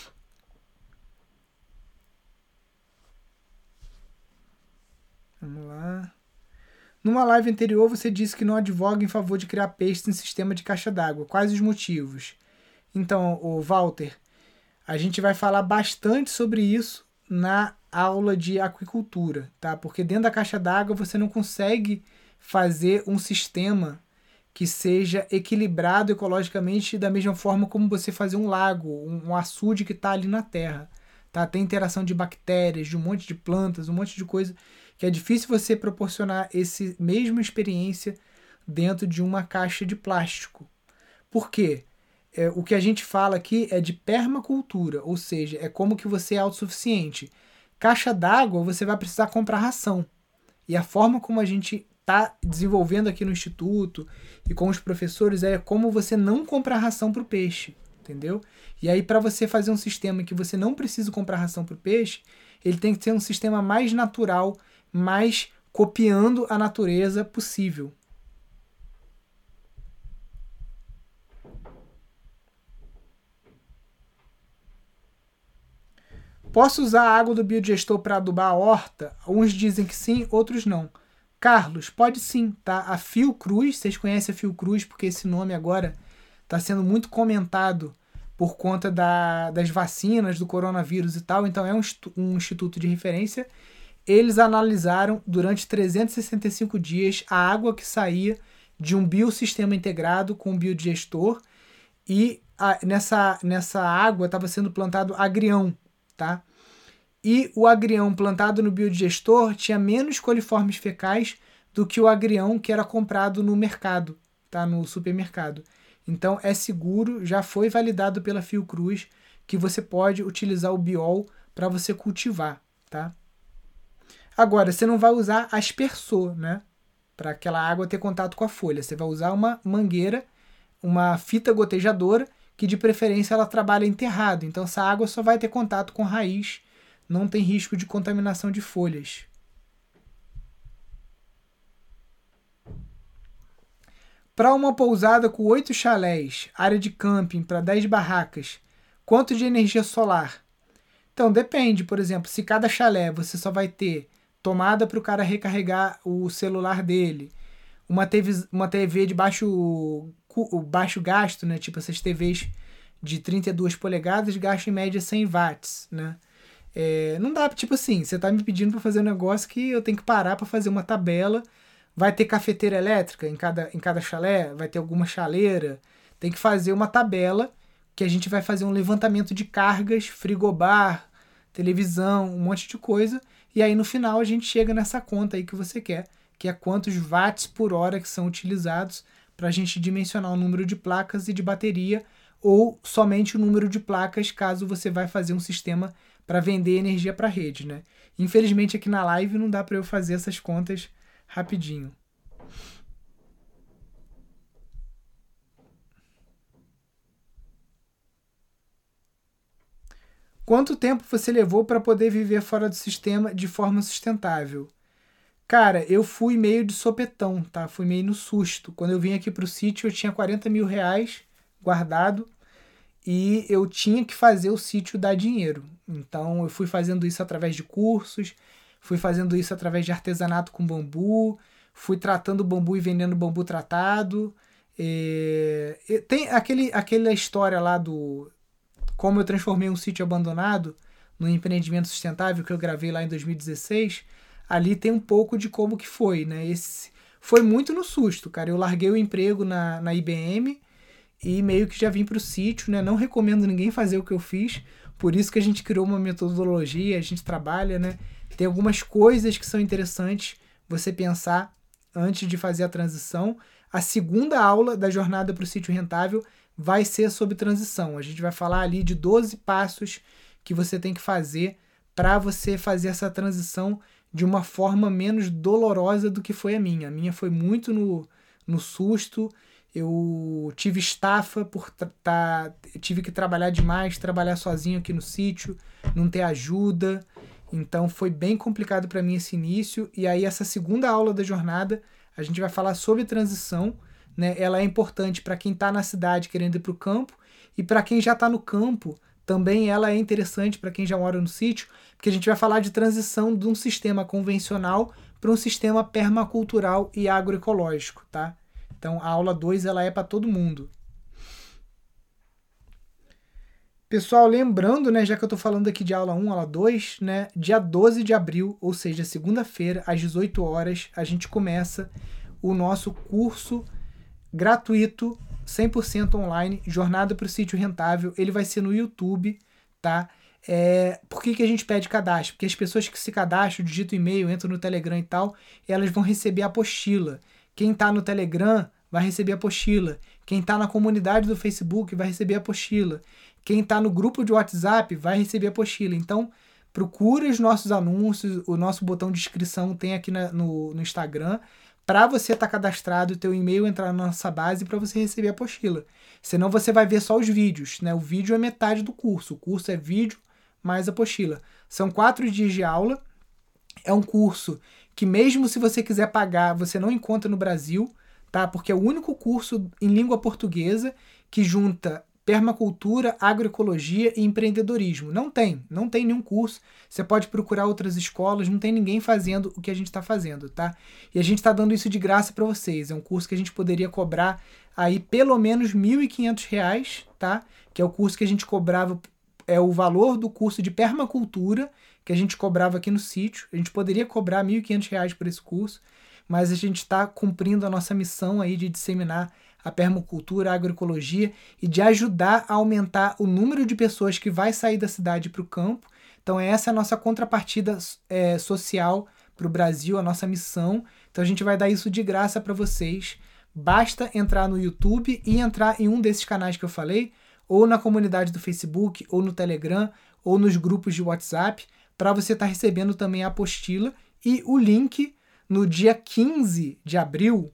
Vamos lá. Numa live anterior você disse que não advoga em favor de criar peixes em sistema de caixa d'água. Quais os motivos? Então, o Walter, a gente vai falar bastante sobre isso na aula de aquicultura, tá? Porque dentro da caixa d'água você não consegue fazer um sistema que seja equilibrado ecologicamente da mesma forma como você fazer um lago, um açude que está ali na terra, tá? Tem interação de bactérias, de um monte de plantas, um monte de coisa que é difícil você proporcionar essa mesma experiência dentro de uma caixa de plástico. Por quê? O que a gente fala aqui é de permacultura, ou seja, é como que você é autossuficiente. Caixa d'água, você vai precisar comprar ração. E a forma como a gente está desenvolvendo aqui no Instituto e com os professores é como você não comprar ração para o peixe, entendeu? E aí, para você fazer um sistema que você não precisa comprar ração para o peixe, ele tem que ser um sistema mais natural, mais copiando a natureza possível. Posso usar a água do biodigestor para adubar a horta? Uns dizem que sim, outros não. Carlos, pode sim, tá? A Fiocruz, vocês conhecem a Fiocruz porque esse nome agora está sendo muito comentado por conta das vacinas, do coronavírus e tal, então é um instituto de referência. Eles analisaram durante 365 dias a água que saía de um biossistema integrado com um biodigestor e nessa água estava sendo plantado agrião, tá? E o agrião plantado no biodigestor tinha menos coliformes fecais do que o agrião que era comprado no mercado, tá? No supermercado. Então é seguro, já foi validado pela Fiocruz que você pode utilizar o biol para você cultivar, tá? Agora, você não vai usar aspersor, né? Para aquela água ter contato com a folha. Você vai usar uma mangueira, uma fita gotejadora, que de preferência ela trabalha enterrado. Então essa água só vai ter contato com raiz, não tem risco de contaminação de folhas. Para uma pousada com 8 chalés, área de camping para 10 barracas, quanto de energia solar? Então depende, por exemplo, se cada chalé você só vai ter tomada para o cara recarregar o celular dele, uma TV de baixo gasto, né? Tipo essas TVs de 32 polegadas gastam em média 100 watts, né? Não dá, tipo assim, você tá me pedindo para fazer um negócio que eu tenho que parar para fazer uma tabela. Vai ter cafeteira elétrica em cada chalé, vai ter alguma chaleira. Tem que fazer uma tabela que a gente vai fazer um levantamento de cargas, frigobar, televisão, um monte de coisa. E aí no final a gente chega nessa conta aí que você quer, que é quantos watts por hora que são utilizados para a gente dimensionar o número de placas e de bateria, ou somente o número de placas caso você vai fazer um sistema para vender energia para a rede, né? Infelizmente aqui na live não dá para eu fazer essas contas rapidinho. Quanto tempo você levou para poder viver fora do sistema de forma sustentável? Cara, eu fui meio de sopetão, tá? Fui meio no susto. Quando eu vim aqui pro sítio, eu tinha 40 mil reais guardado e eu tinha que fazer o sítio dar dinheiro. Então eu fui fazendo isso através de cursos, fui fazendo isso através de artesanato com bambu, fui tratando bambu e vendendo bambu tratado. Tem aquela história lá do como eu transformei um sítio abandonado num empreendimento sustentável que eu gravei lá em 2016. Ali tem um pouco de como que foi, né? Foi muito no susto, cara. Eu larguei o emprego na IBM e meio que já vim para o sítio, né? Não recomendo ninguém fazer o que eu fiz, por isso que a gente criou uma metodologia, a gente trabalha, né? Tem algumas coisas que são interessantes você pensar antes de fazer a transição. A segunda aula da jornada para o sítio rentável vai ser sobre transição. A gente vai falar ali de 12 passos que você tem que fazer para você fazer essa transição de uma forma menos dolorosa do que foi a minha. A minha foi muito no susto. Eu tive estafa tive que trabalhar demais, trabalhar sozinho aqui no sítio, não ter ajuda. Então foi bem complicado para mim esse início. E aí essa segunda aula da jornada, a gente vai falar sobre transição, né? Ela é importante para quem está na cidade querendo ir para o campo e para quem já está no campo. Também ela é interessante para quem já mora no sítio, porque a gente vai falar de transição de um sistema convencional para um sistema permacultural e agroecológico, tá? Então a aula 2 ela é para todo mundo. Pessoal, lembrando, né, já que eu estou falando aqui de aula 1, aula 2, né, dia 12 de abril, ou seja, segunda-feira, às 18 horas, a gente começa o nosso curso gratuito, 100% online, Jornada para o Sítio Rentável. Ele vai ser no YouTube, tá? Por que a gente pede cadastro? Porque as pessoas que se cadastram, digitam e-mail, entram no Telegram e tal, elas vão receber a apostila. Quem está no Telegram vai receber a apostila. Quem está na comunidade do Facebook vai receber a apostila. Quem está no grupo de WhatsApp vai receber a apostila. Então, procure os nossos anúncios, o nosso botão de inscrição tem aqui no Instagram, para você estar cadastrado, o teu e-mail entrar na nossa base para você receber a apostila. Senão você vai ver só os vídeos, né? O vídeo é metade do curso. O curso é vídeo mais apostila. São 4 dias de aula. É um curso que mesmo se você quiser pagar, você não encontra no Brasil, tá? Porque é o único curso em língua portuguesa que junta permacultura, agroecologia e empreendedorismo. Não tem nenhum curso. Você pode procurar outras escolas, não tem ninguém fazendo o que a gente está fazendo, tá? E a gente está dando isso de graça para vocês. É um curso que a gente poderia cobrar aí pelo menos R$ 1.500, tá? Que é o curso que a gente cobrava, é o valor do curso de permacultura que a gente cobrava aqui no sítio. A gente poderia cobrar R$ 1.500 por esse curso, mas a gente está cumprindo a nossa missão aí de disseminar a permacultura, a agroecologia e de ajudar a aumentar o número de pessoas que vai sair da cidade para o campo. Então essa é a nossa contrapartida social para o Brasil, a nossa missão. Então a gente vai dar isso de graça para vocês. Basta entrar no YouTube e entrar em um desses canais que eu falei, ou na comunidade do Facebook, ou no Telegram, ou nos grupos de WhatsApp, para você estar recebendo também a apostila e o link no dia 15 de abril,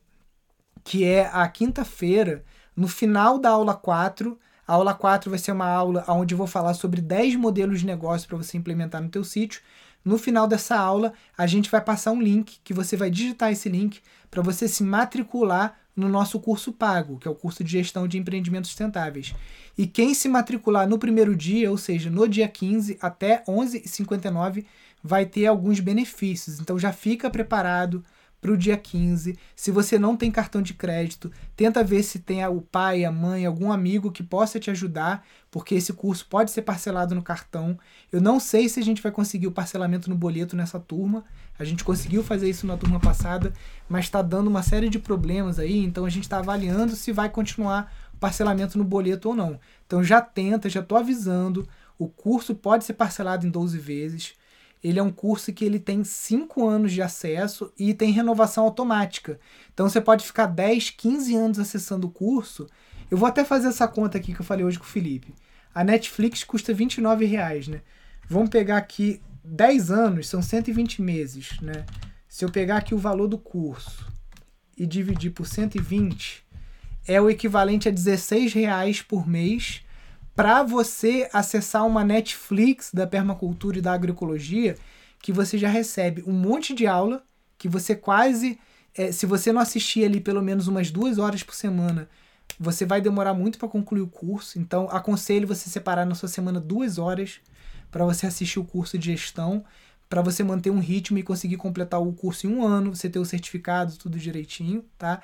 que é a quinta-feira, no final da aula 4. A aula 4 vai ser uma aula onde eu vou falar sobre 10 modelos de negócio para você implementar no teu sítio. No final dessa aula, a gente vai passar um link, que você vai digitar esse link para você se matricular no nosso curso pago, que é o curso de gestão de empreendimentos sustentáveis. E quem se matricular no primeiro dia, ou seja, no dia 15 até 11h59, vai ter alguns benefícios. Então já fica preparado para o dia 15. Se você não tem cartão de crédito, tenta ver se tem o pai, a mãe, algum amigo que possa te ajudar, porque esse curso pode ser parcelado no cartão. Eu não sei se a gente vai conseguir o parcelamento no boleto nessa turma. A gente conseguiu fazer isso na turma passada, mas está dando uma série de problemas aí, então a gente está avaliando se vai continuar o parcelamento no boleto ou não. Então já tenta, já estou avisando, o curso pode ser parcelado em 12 vezes. Ele é um curso que ele tem 5 anos de acesso e tem renovação automática. Então você pode ficar 10, 15 anos acessando o curso. Eu vou até fazer essa conta aqui que eu falei hoje com o Felipe. A Netflix custa R$29, né? Vamos pegar aqui 10 anos, são 120 meses, né? Se eu pegar aqui o valor do curso e dividir por 120, é o equivalente a R$16 por mês, para você acessar uma Netflix da permacultura e da agroecologia, que você já recebe um monte de aula, que você quase, se você não assistir ali pelo menos umas 2 horas por semana, você vai demorar muito para concluir o curso. Então, aconselho você separar na sua semana 2 horas para você assistir o curso de gestão, para você manter um ritmo e conseguir completar o curso em 1 ano, você ter o certificado, tudo direitinho, tá?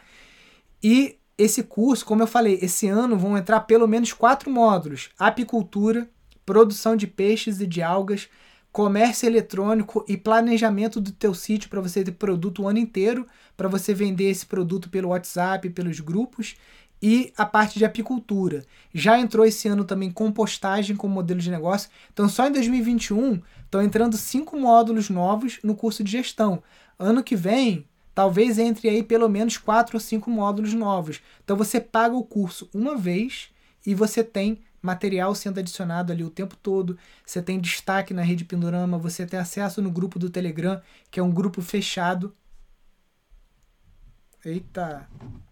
E esse curso, como eu falei, esse ano vão entrar pelo menos 4 módulos: apicultura, produção de peixes e de algas, comércio eletrônico e planejamento do teu sítio para você ter produto o ano inteiro, para você vender esse produto pelo WhatsApp, pelos grupos, e a parte de apicultura. Já entrou esse ano também compostagem como modelo de negócio. Então só em 2021 estão entrando 5 módulos novos no curso de gestão. Ano que vem talvez entre aí pelo menos 4 ou 5 módulos novos. Então você paga o curso uma vez e você tem material sendo adicionado ali o tempo todo. Você tem destaque na Rede Pindorama, você tem acesso no grupo do Telegram, que é um grupo fechado. Eita,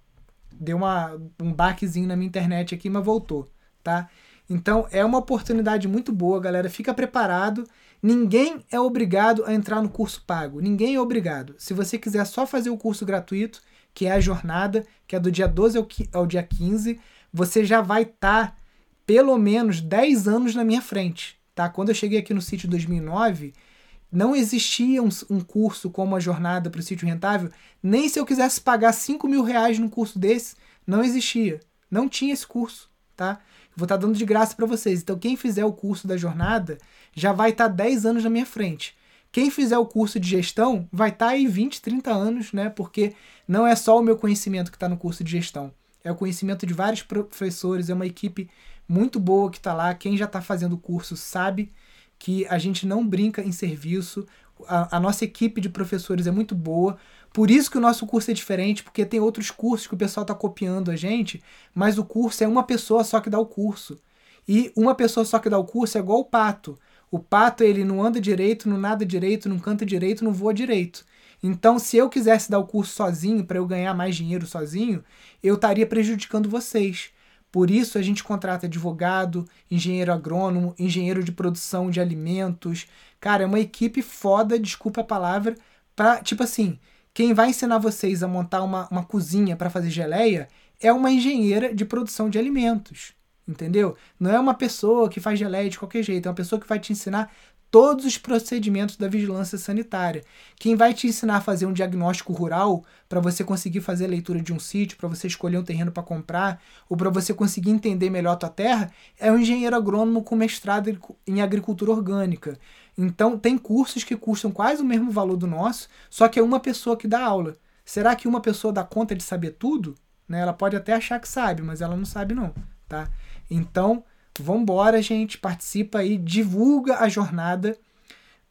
deu um baquezinho na minha internet aqui, mas voltou, tá? Então é uma oportunidade muito boa, galera. Fica preparado. Ninguém é obrigado a entrar no curso pago. Ninguém é obrigado. Se você quiser só fazer o curso gratuito, que é a jornada, que é do dia 12 ao dia 15, você já vai estar pelo menos 10 anos na minha frente, tá? Quando eu cheguei aqui no sítio em 2009, não existia um curso como a jornada para o sítio rentável. Nem se eu quisesse pagar R$5.000 num curso desse, não existia. Não tinha esse curso, tá? Vou estar dando de graça para vocês. Então, quem fizer o curso da jornada já vai estar 10 anos na minha frente. Quem fizer o curso de gestão vai estar aí 20, 30 anos, né? Porque não é só o meu conhecimento que está no curso de gestão. É o conhecimento de vários professores, é uma equipe muito boa que está lá. Quem já está fazendo o curso sabe que a gente não brinca em serviço. A nossa equipe de professores é muito boa. Por isso que o nosso curso é diferente, porque tem outros cursos que o pessoal está copiando a gente, mas o curso é uma pessoa só que dá o curso. E uma pessoa só que dá o curso é igual o pato. O pato, ele não anda direito, não nada direito, não canta direito, não voa direito. Então, se eu quisesse dar o curso sozinho, para eu ganhar mais dinheiro sozinho, eu estaria prejudicando vocês. Por isso, a gente contrata advogado, engenheiro agrônomo, engenheiro de produção de alimentos. Cara, é uma equipe foda, desculpa a palavra, pra, tipo assim, quem vai ensinar vocês a montar uma cozinha para fazer geleia é uma engenheira de produção de alimentos, entendeu? Não é uma pessoa que faz geleia de qualquer jeito, é uma pessoa que vai te ensinar todos os procedimentos da vigilância sanitária. Quem vai te ensinar a fazer um diagnóstico rural para você conseguir fazer a leitura de um sítio, para você escolher um terreno para comprar, ou para você conseguir entender melhor a tua terra, é um engenheiro agrônomo com mestrado em agricultura orgânica. Então, tem cursos que custam quase o mesmo valor do nosso, só que é uma pessoa que dá aula. Será que uma pessoa dá conta de saber tudo? Né? Ela pode até achar que sabe, mas ela não sabe não, tá? Então, vambora, gente, participa aí, divulga a jornada.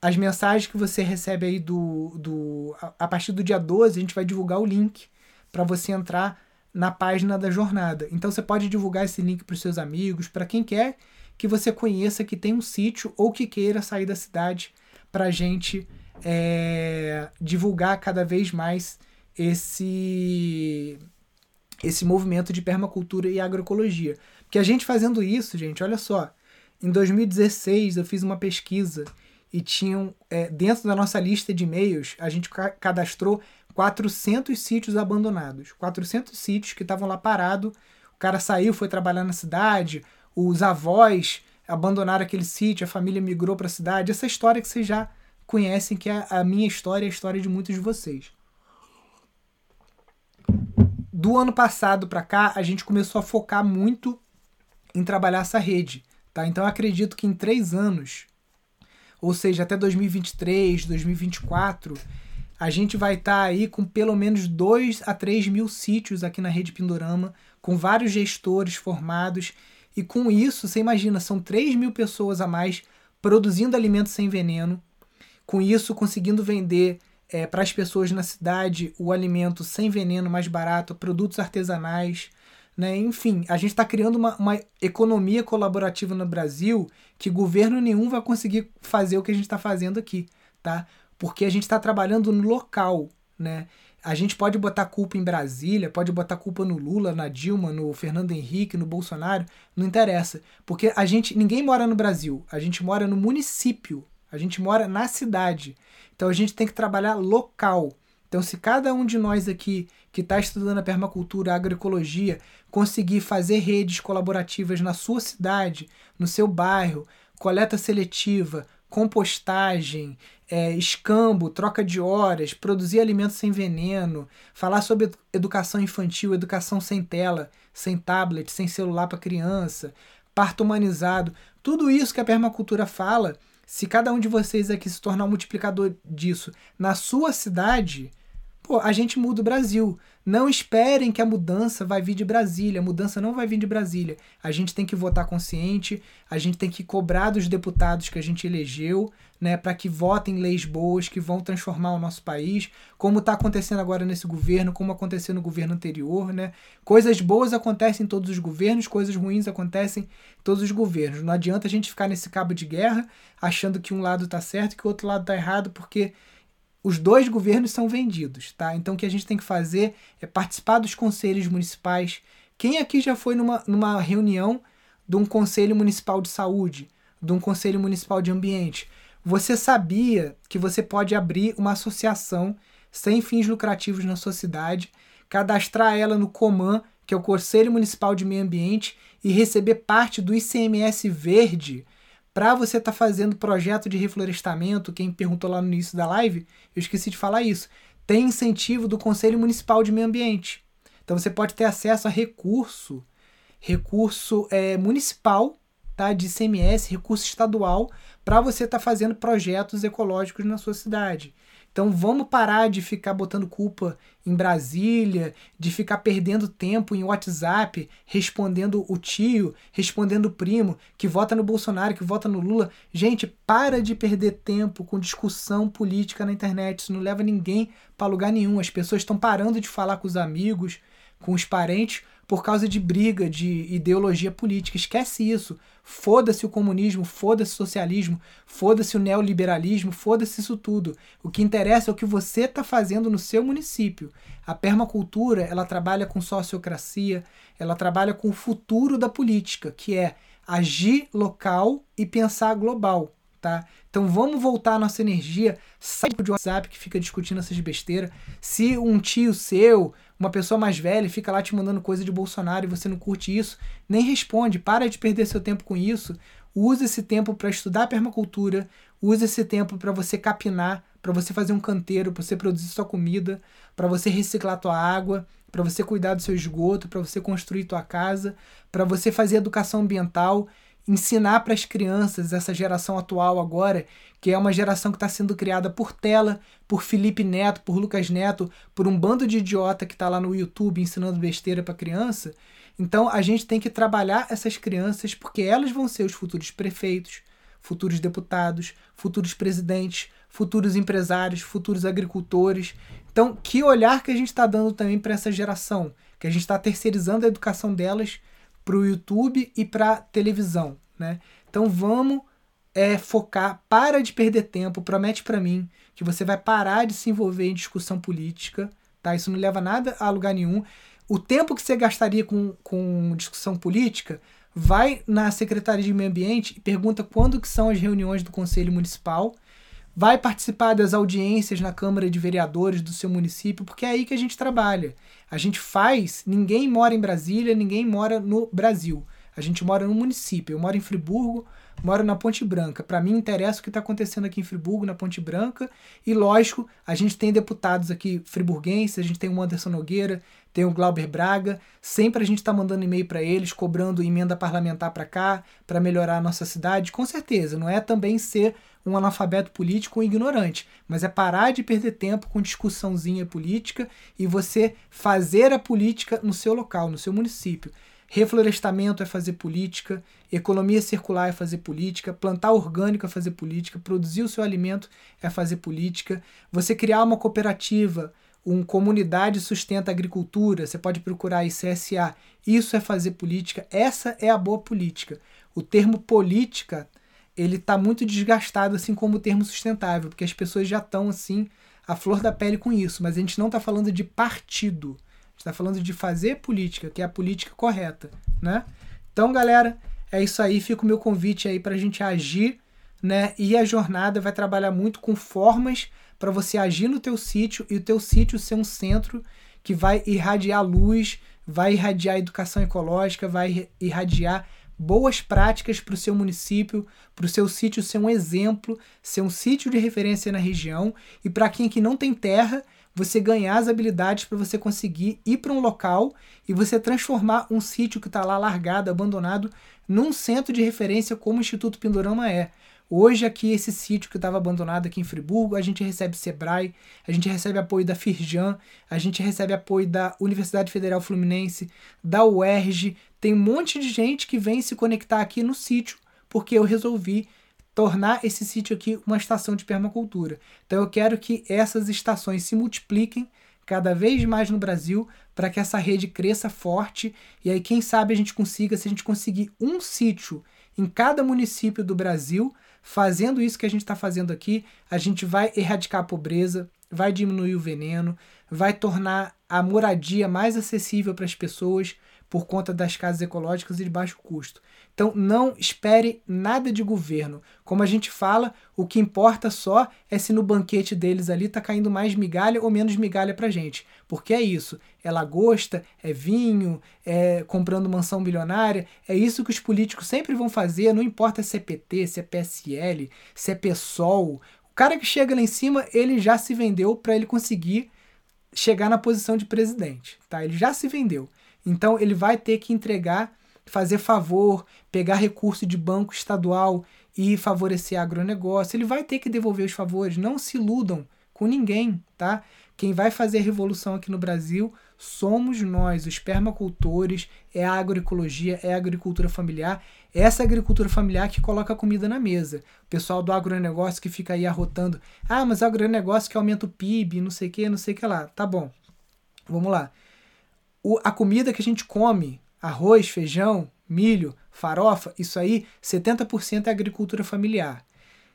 as mensagens que você recebe aí a partir do dia 12, a gente vai divulgar o link para você entrar na página da jornada. Então você pode divulgar esse link para os seus amigos, para quem quer que você conheça que tem um sítio ou que queira sair da cidade, para a gente divulgar cada vez mais esse movimento de permacultura e agroecologia. Porque a gente fazendo isso, gente, olha só, em 2016 eu fiz uma pesquisa e tinham, dentro da nossa lista de e-mails, a gente cadastrou 400 sítios abandonados. 400 sítios que estavam lá parados. O cara saiu, foi trabalhar na cidade, os avós abandonaram aquele sítio, a família migrou para a cidade. Essa história que vocês já conhecem, que é a minha história e a história de muitos de vocês. Do ano passado para cá, a gente começou a focar muito em trabalhar essa rede. Tá? Então eu acredito que em 3 anos, ou seja, até 2023, 2024, a gente vai estar aí com pelo menos 2 a 3 mil sítios aqui na Rede Pindorama, com vários gestores formados, e com isso, você imagina, são 3 mil pessoas a mais produzindo alimentos sem veneno, com isso conseguindo vender para as pessoas na cidade o alimento sem veneno mais barato, produtos artesanais, né? Enfim, a gente está criando uma economia colaborativa no Brasil que governo nenhum vai conseguir fazer o que a gente está fazendo aqui, tá? Porque a gente está trabalhando no local, né? A gente pode botar culpa em Brasília, pode botar culpa no Lula, na Dilma, no Fernando Henrique, no Bolsonaro, não interessa. Porque ninguém mora no Brasil, a gente mora no município, a gente mora na cidade. Então a gente tem que trabalhar local. Então se cada um de nós aqui que está estudando a permacultura, a agroecologia, conseguir fazer redes colaborativas na sua cidade, no seu bairro, coleta seletiva, compostagem, escambo, troca de horas, produzir alimentos sem veneno, falar sobre educação infantil, educação sem tela, sem tablet, sem celular para criança, parto humanizado, tudo isso que a permacultura fala, se cada um de vocês aqui se tornar um multiplicador disso na sua cidade, pô, a gente muda o Brasil. Não esperem que a mudança vai vir de Brasília. A mudança não vai vir de Brasília. A gente tem que votar consciente, a gente tem que cobrar dos deputados que a gente elegeu, né, para que votem leis boas que vão transformar o nosso país, como está acontecendo agora nesse governo, como aconteceu no governo anterior, né? Coisas boas acontecem em todos os governos, coisas ruins acontecem em todos os governos. Não adianta a gente ficar nesse cabo de guerra achando que um lado está certo e que o outro lado está errado, porque os dois governos são vendidos, tá? Então o que a gente tem que fazer é participar dos conselhos municipais. Quem aqui já foi numa reunião de um conselho municipal de saúde, de um conselho municipal de ambiente? Você sabia que você pode abrir uma associação sem fins lucrativos na sua cidade, cadastrar ela no COMAN, que é o Conselho Municipal de Meio Ambiente, e receber parte do ICMS verde para você estar fazendo projeto de reflorestamento? Quem perguntou lá no início da live, eu esqueci de falar isso. Tem incentivo do Conselho Municipal de Meio Ambiente. Então você pode ter acesso a recurso municipal, tá, de ICMS, recurso estadual, para você estar fazendo projetos ecológicos na sua cidade. Então vamos parar de ficar botando culpa em Brasília, de ficar perdendo tempo em WhatsApp, respondendo o tio, respondendo o primo, que vota no Bolsonaro, que vota no Lula. Gente, para de perder tempo com discussão política na internet. Isso não leva ninguém para lugar nenhum. As pessoas estão parando de falar com os amigos, com os parentes, por causa de briga, de ideologia política. Esquece isso. Foda-se o comunismo, foda-se o socialismo, foda-se o neoliberalismo, foda-se isso tudo. O que interessa é o que você está fazendo no seu município. A permacultura, ela trabalha com sociocracia, ela trabalha com o futuro da política, que é agir local e pensar global. Tá? Então vamos voltar a nossa energia, sai de WhatsApp que fica discutindo essas besteiras. Se um tio seu, uma pessoa mais velha, fica lá te mandando coisa de Bolsonaro e você não curte isso, nem responde, para de perder seu tempo com isso. Use esse tempo para estudar permacultura, use esse tempo para você capinar, para você fazer um canteiro, para você produzir sua comida, para você reciclar tua água, para você cuidar do seu esgoto, para você construir tua casa, para você fazer educação ambiental, ensinar para as crianças, essa geração atual agora, que é uma geração que está sendo criada por tela, por Felipe Neto, por Lucas Neto, por um bando de idiota que está lá no YouTube ensinando besteira para criança. Então a gente tem que trabalhar essas crianças, porque elas vão ser os futuros prefeitos, futuros deputados, futuros presidentes, futuros empresários, futuros agricultores. Então, que olhar que a gente está dando também para essa geração? Que a gente está terceirizando a educação delas para o YouTube e para a televisão, né? Então, vamos focar, para de perder tempo, promete para mim que você vai parar de se envolver em discussão política, tá? Isso não leva nada a lugar nenhum. O tempo que você gastaria com discussão política, vai na Secretaria de Meio Ambiente e pergunta quando que são as reuniões do Conselho Municipal, vai participar das audiências na Câmara de Vereadores do seu município, porque é aí que a gente trabalha. A gente faz, ninguém mora em Brasília, ninguém mora no Brasil. A gente mora no município. Eu moro em Friburgo, moro na Ponte Branca. Para mim interessa o que está acontecendo aqui em Friburgo, na Ponte Branca. E lógico, a gente tem deputados aqui friburguenses, a gente tem o Anderson Nogueira, tem o Glauber Braga. Sempre a gente está mandando e-mail para eles, cobrando emenda parlamentar para cá, para melhorar a nossa cidade. Com certeza, não é também ser um analfabeto político ou ignorante, mas é parar de perder tempo com discussãozinha política e você fazer a política no seu local, no seu município. Reflorestamento é fazer política, economia circular é fazer política, plantar orgânico é fazer política, produzir o seu alimento é fazer política, você criar uma cooperativa, uma comunidade sustenta a agricultura, você pode procurar aí CSA, isso é fazer política, essa é a boa política. O termo política, ele está muito desgastado, assim como o termo sustentável, porque as pessoas já estão assim, à flor da pele com isso, mas a gente não está falando de partido, a gente está falando de fazer política, que é a política correta, né? Então, galera, é isso aí, fica o meu convite aí para a gente agir, né? E a jornada vai trabalhar muito com formas para você agir no teu sítio e o teu sítio ser um centro que vai irradiar luz, vai irradiar educação ecológica, vai irradiar boas práticas para o seu município, para o seu sítio ser um exemplo, ser um sítio de referência na região e para quem aqui não tem terra, você ganhar as habilidades para você conseguir ir para um local e você transformar um sítio que está lá largado, abandonado, num centro de referência como o Instituto Pindorama é. Hoje aqui, esse sítio que estava abandonado aqui em Friburgo, a gente recebe Sebrae, a gente recebe apoio da Firjan, a gente recebe apoio da Universidade Federal Fluminense, da UERJ, tem um monte de gente que vem se conectar aqui no sítio, porque eu resolvi tornar esse sítio aqui uma estação de permacultura. Então eu quero que essas estações se multipliquem cada vez mais no Brasil, para que essa rede cresça forte, e aí quem sabe a gente consiga, se a gente conseguir um sítio em cada município do Brasil, fazendo isso que a gente está fazendo aqui, a gente vai erradicar a pobreza, vai diminuir o veneno, vai tornar a moradia mais acessível para as pessoas por conta das casas ecológicas e de baixo custo. Então não espere nada de governo. Como a gente fala, o que importa só é se no banquete deles ali está caindo mais migalha ou menos migalha para a gente. Porque é isso, é lagosta, é vinho, é comprando mansão bilionária, é isso que os políticos sempre vão fazer, não importa se é PT, se é PSL, se é PSOL. O cara que chega lá em cima, ele já se vendeu para ele conseguir chegar na posição de presidente, tá? Ele já se vendeu. Então ele vai ter que entregar, fazer favor, pegar recurso de banco estadual e favorecer agronegócio. Ele vai ter que devolver os favores, não se iludam com ninguém, tá? Quem vai fazer a revolução aqui no Brasil somos nós, os permacultores, é a agroecologia, é a agricultura familiar, essa agricultura familiar que coloca comida na mesa. O pessoal do agronegócio que fica aí arrotando, mas o agronegócio que aumenta o PIB, não sei o que lá. Tá bom, vamos lá. A comida que a gente come, arroz, feijão, milho, farofa, isso aí, 70% é agricultura familiar.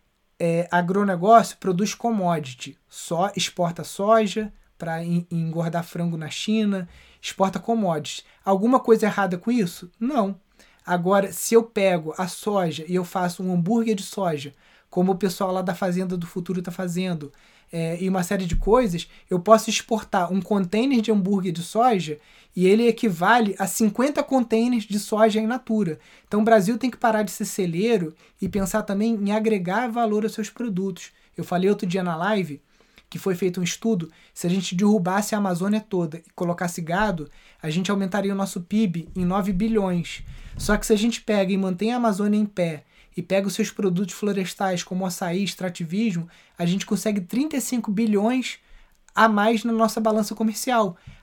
Agronegócio produz commodity, só exporta soja para engordar frango na China, exporta commodities. Alguma coisa errada com isso? Não. Agora, se eu pego a soja e eu faço um hambúrguer de soja, como o pessoal lá da Fazenda do Futuro está fazendo, e uma série de coisas, eu posso exportar um container de hambúrguer de soja e ele equivale a 50 containers de soja in natura. Então o Brasil tem que parar de ser celeiro e pensar também em agregar valor aos seus produtos. Eu falei outro dia na live que foi feito um estudo, se a gente derrubasse a Amazônia toda e colocasse gado, a gente aumentaria o nosso PIB em 9 bilhões. Só que se a gente pega e mantém a Amazônia em pé e pega os seus produtos florestais como açaí, extrativismo, a gente consegue 35 bilhões a mais na nossa balança comercial.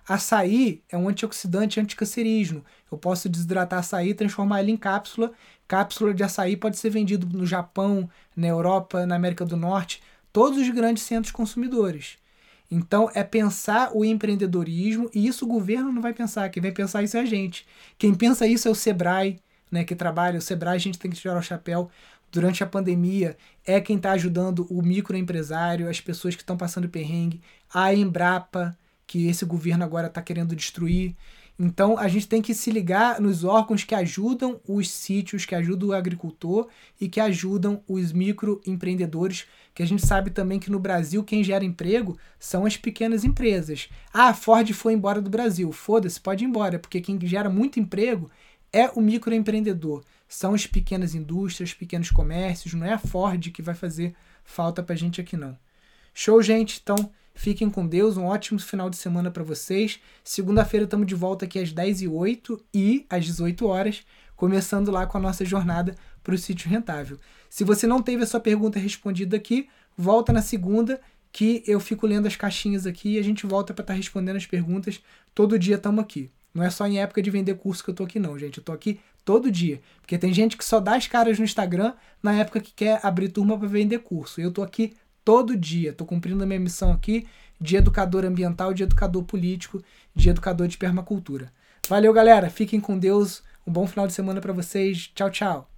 Açaí é um antioxidante anticancerígeno. Eu posso desidratar açaí e transformar ele em cápsula. Cápsula de açaí pode ser vendido no Japão, na Europa, na América do Norte, todos os grandes centros consumidores. Então, é pensar o empreendedorismo, e isso o governo não vai pensar, quem vai pensar isso é a gente. Quem pensa isso é o Sebrae, né, que trabalha. O Sebrae, a gente tem que tirar o chapéu. Durante a pandemia, é quem está ajudando o microempresário, as pessoas que estão passando perrengue, a Embrapa, que esse governo agora está querendo destruir. Então, a gente tem que se ligar nos órgãos que ajudam os sítios, que ajudam o agricultor e que ajudam os microempreendedores, que a gente sabe também que no Brasil quem gera emprego são as pequenas empresas. Ah, a Ford foi embora do Brasil. Foda-se, pode ir embora, porque quem gera muito emprego é o microempreendedor. São as pequenas indústrias, pequenos comércios, não é a Ford que vai fazer falta pra gente aqui não. Show, gente? Então, fiquem com Deus, um ótimo final de semana para vocês. Segunda-feira estamos de volta aqui às 10h08 e às 18 horas, começando lá com a nossa jornada para o Sítio Rentável. Se você não teve a sua pergunta respondida aqui, volta na segunda, que eu fico lendo as caixinhas aqui e a gente volta para estar respondendo as perguntas. Todo dia estamos aqui. Não é só em época de vender curso que eu tô aqui não, gente. Eu tô aqui todo dia. Porque tem gente que só dá as caras no Instagram na época que quer abrir turma para vender curso. Eu tô aqui todo dia. Tô cumprindo a minha missão aqui de educador ambiental, de educador político, de educador de permacultura. Valeu, galera. Fiquem com Deus. Um bom final de semana para vocês. Tchau, tchau.